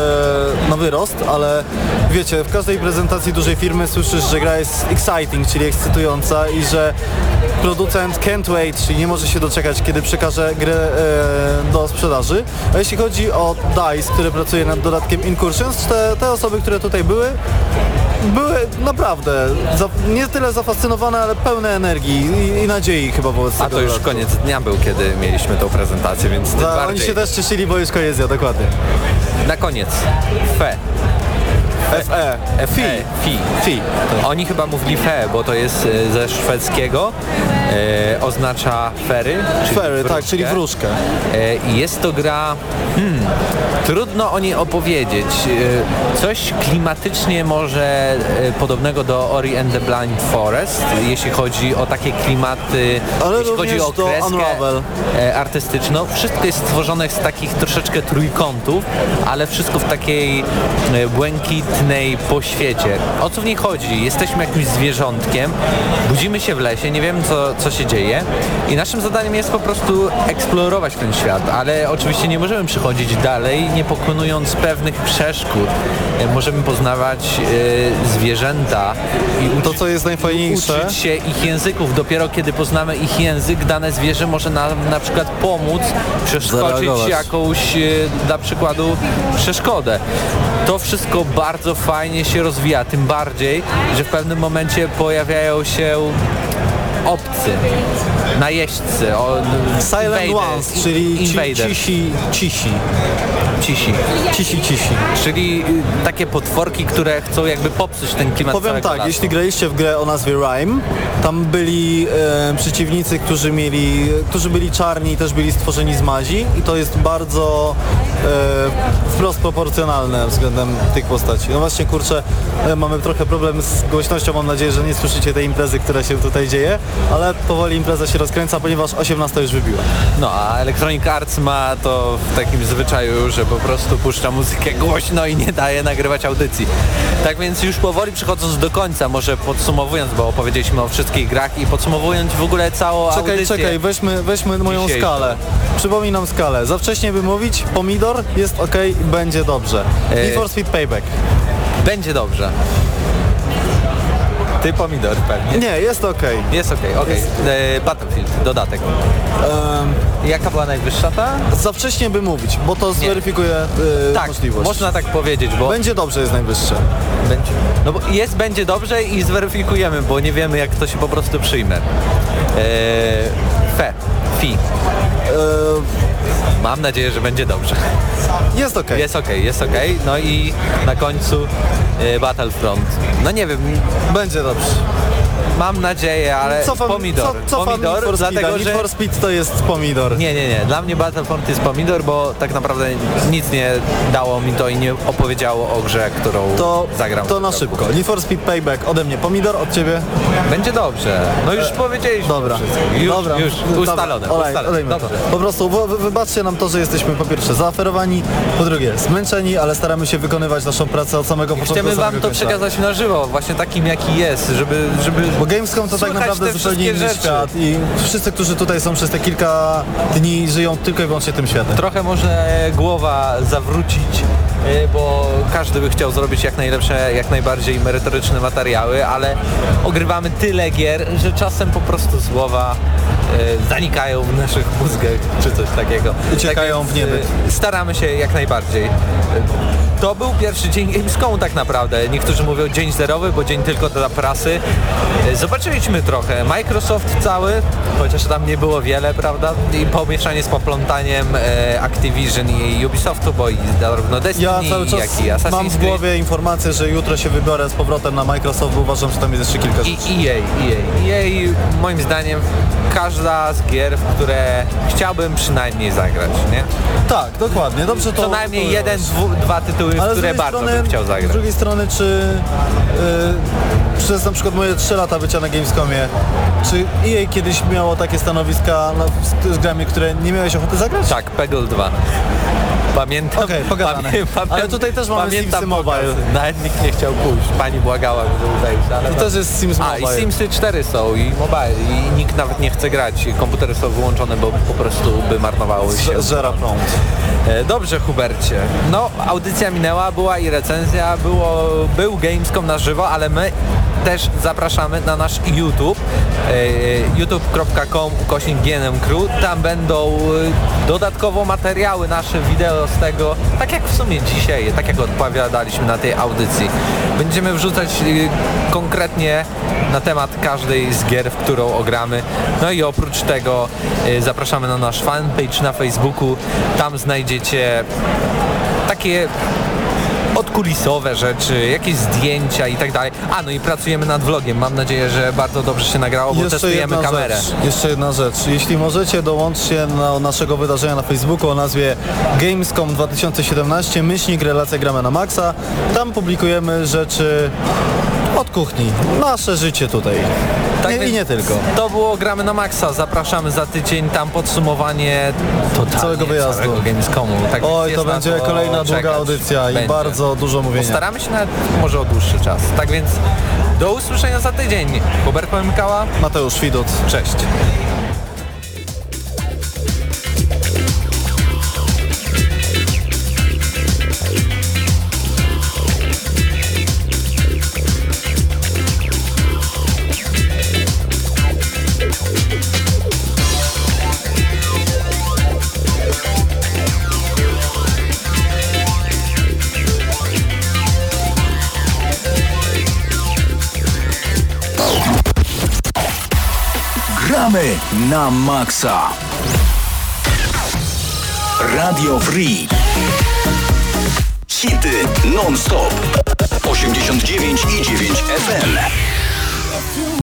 na wyrost, ale wiecie, w każdej prezentacji dużej firmy słyszysz, że gra jest exciting, czyli ekscytująca i że producent can't wait, czyli nie może się doczekać, kiedy przekaże grę do sprzedaży. A jeśli chodzi o DICE, które pracuje nad dodatkiem Incursions, te osoby, które tutaj były naprawdę nie tyle zafascynowane, ale pełne energii i nadziei chyba wobec tego A to już dodatku. koniec dnia był, kiedy mieliśmy tą prezentację, więc tym Oni bardziej. się też cieszyli, bo już koniec dnia, dokładnie. Na koniec, FE. FE. Fi. Oni chyba mówili fe, bo to jest ze szwedzkiego. oznacza fery. Fery, tak, czyli wróżkę. Jest to gra, trudno o niej opowiedzieć. Coś klimatycznie może podobnego do Ori and the Blind Forest, jeśli chodzi o takie klimaty, Ale jeśli chodzi również o do kreskę Unravel. artystyczną. Wszystko jest stworzone z takich troszeczkę trójkątów, ale wszystko w takiej błękitnej poświecie. O co w niej chodzi? Jesteśmy jakimś zwierzątkiem, budzimy się w lesie, nie wiemy co się dzieje i naszym zadaniem jest po prostu eksplorować ten świat, ale oczywiście nie możemy przychodzić dalej, nie pokonując pewnych przeszkód. Możemy poznawać zwierzęta i To, co jest najfajniejsze, uczyć się ich języków. Dopiero kiedy poznamy ich język, dane zwierzę może nam na przykład pomóc przeskoczyć Zareagować. jakąś, dla przykładu, przeszkodę. To wszystko bardzo fajnie się rozwija, tym bardziej, że w pewnym momencie pojawiają się obcy, najeźdźcy, Silent invaders, Ones, czyli invaders. cisi. Czyli takie potworki, które chcą jakby popsuć ten klimat Powiem całego tak, lasu. jeśli graliście w grę o nazwie Rime, tam byli przeciwnicy, którzy byli czarni i też byli stworzeni z mazi i to jest bardzo wprost proporcjonalne względem tych postaci. No właśnie, kurczę, mamy trochę problem z głośnością, mam nadzieję, że nie słyszycie tej imprezy, która się tutaj dzieje, ale powoli impreza się rozkręca, ponieważ 18 już wybiła. No, a Electronic Arts ma to w takim zwyczaju, że po prostu puszcza muzykę głośno i nie daje nagrywać audycji. Tak więc już powoli przechodząc do końca, może podsumowując, bo opowiedzieliśmy o wszystkich grach i podsumowując w ogóle całą audycję. Czekaj, weźmy moją dzisiejszą. skalę. Przypominam skalę. Za wcześnie by mówić, pomidor jest ok, będzie dobrze. Need for Speed Payback. Będzie dobrze. Ty pomidor pewnie. Nie, jest ok. Jest okej. Battlefield, dodatek. Jaka była najwyższa ta? Za wcześnie by mówić, bo to zweryfikuje Tak, możliwość. można tak powiedzieć, bo Będzie dobrze jest najwyższe. będzie. No bo będzie dobrze i zweryfikujemy, bo nie wiemy jak to się po prostu przyjmie. Fi. Mam nadzieję, że będzie dobrze. Jest ok. Jest okej. No i na końcu Battlefront. No nie wiem, Będzie dobrze. mam nadzieję, ale pomidor. Cofam Pomidor, Need for Speeda. dlatego Need że... for Speed to jest pomidor. Nie. Dla mnie Battlefront jest pomidor, bo tak naprawdę nic nie dało mi to i nie opowiedziało o grze, którą zagram. To na szybko. Need for Speed Payback ode mnie pomidor, od ciebie? Będzie dobrze. No już powiedzieliśmy. Dobra. Już, Dobra. już ustalone. Dobra. ustalone. Olejmy to. Dobrze. Po prostu wybaczcie nam to, że jesteśmy po pierwsze zaaferowani, po drugie zmęczeni, ale staramy się wykonywać naszą pracę od samego początku Chcemy do wam samego to końca. przekazać na żywo, właśnie takim jaki jest, żeby Bo Gamescom to tak słychać naprawdę te zupełnie wszystkie inny rzeczy. świat i wszyscy, którzy tutaj są przez te kilka dni, żyją tylko i wyłącznie tym światem. trochę może głowa zawrócić, bo każdy by chciał zrobić jak najlepsze, jak najbardziej merytoryczne materiały, ale ogrywamy tyle gier, że czasem po prostu słowa zanikają w naszych mózgach, czy coś takiego. Uciekają Tak w niebyt. Staramy się jak najbardziej. To był pierwszy dzień Gamescomu tak naprawdę. Niektórzy mówią dzień zerowy, bo dzień tylko dla prasy. Zobaczyliśmy trochę. Microsoft cały, chociaż tam nie było wiele, prawda? I pomieszanie z poplątaniem Activision i Ubisoftu, bo i zarówno Destiny, Ja cały czas jak i Assassin's mam w Creed. głowie informację, że jutro się wybiorę z powrotem na Microsoft, bo uważam, że tam jest jeszcze kilka rzeczy. I EA moim zdaniem każda z gier, w które chciałbym przynajmniej zagrać, nie? Tak, dokładnie. Dobrze to... Co najmniej to jeden, dwa tytuły, w Ale z które drugiej bardzo strony- bym chciał Z zagrać. drugiej strony, czy przez na przykład moje 3 lata bycia na Gamescomie, czy EA kiedyś miało takie stanowiska z grami, które nie miałeś ochoty zagrać? Tak, Peggle 2. Pamiętam. Okej, pogadane. Ale tutaj też mamy pamiętam Simsy Mobile. pokaz. Nawet nikt nie chciał pójść. Pani błagała, żeby wejść. Ale To też jest Sims A, Mobile. i Simsy 4 są i mobile. I nikt nawet nie chce grać. Komputery są wyłączone, bo po prostu by marnowały się. Żera prąd. Dobrze, Hubercie. No, audycja minęła, była i recenzja, był Gamescom na żywo, ale my też zapraszamy na nasz YouTube, youtube.com/GNM Crew. Tam będą dodatkowo materiały, nasze wideo z tego, tak jak w sumie dzisiaj, tak jak odpowiadaliśmy na tej audycji. Będziemy wrzucać konkretnie na temat każdej z gier, w którą ogramy. No i oprócz tego zapraszamy na nasz fanpage na Facebooku. Tam znajdziecie takie podkulisowe rzeczy, jakieś zdjęcia i tak dalej. A, no i pracujemy nad vlogiem. Mam nadzieję, że bardzo dobrze się nagrało, bo testujemy kamerę. Jeszcze jedna rzecz. Jeśli możecie, dołączcie do naszego wydarzenia na Facebooku o nazwie Gamescom 2017 /relacja gramy na maksa. Tam publikujemy rzeczy od kuchni. Nasze życie tutaj. Tak I więc nie tylko. To było Gramy na Maxa. Zapraszamy za tydzień. Tam podsumowanie Całego wyjazdu. całego Gamescomu. Tak Oj, więc to jest będzie na kolejna długa czekać. audycja i Będzie. bardzo dużo mówienia. Postaramy się nawet może o dłuższy czas. Tak więc do usłyszenia za tydzień. Hubert Pomykała. Mateusz Widut. Cześć. Gramy na maksa. Radio Free. Hity non-stop. 89,9 FM.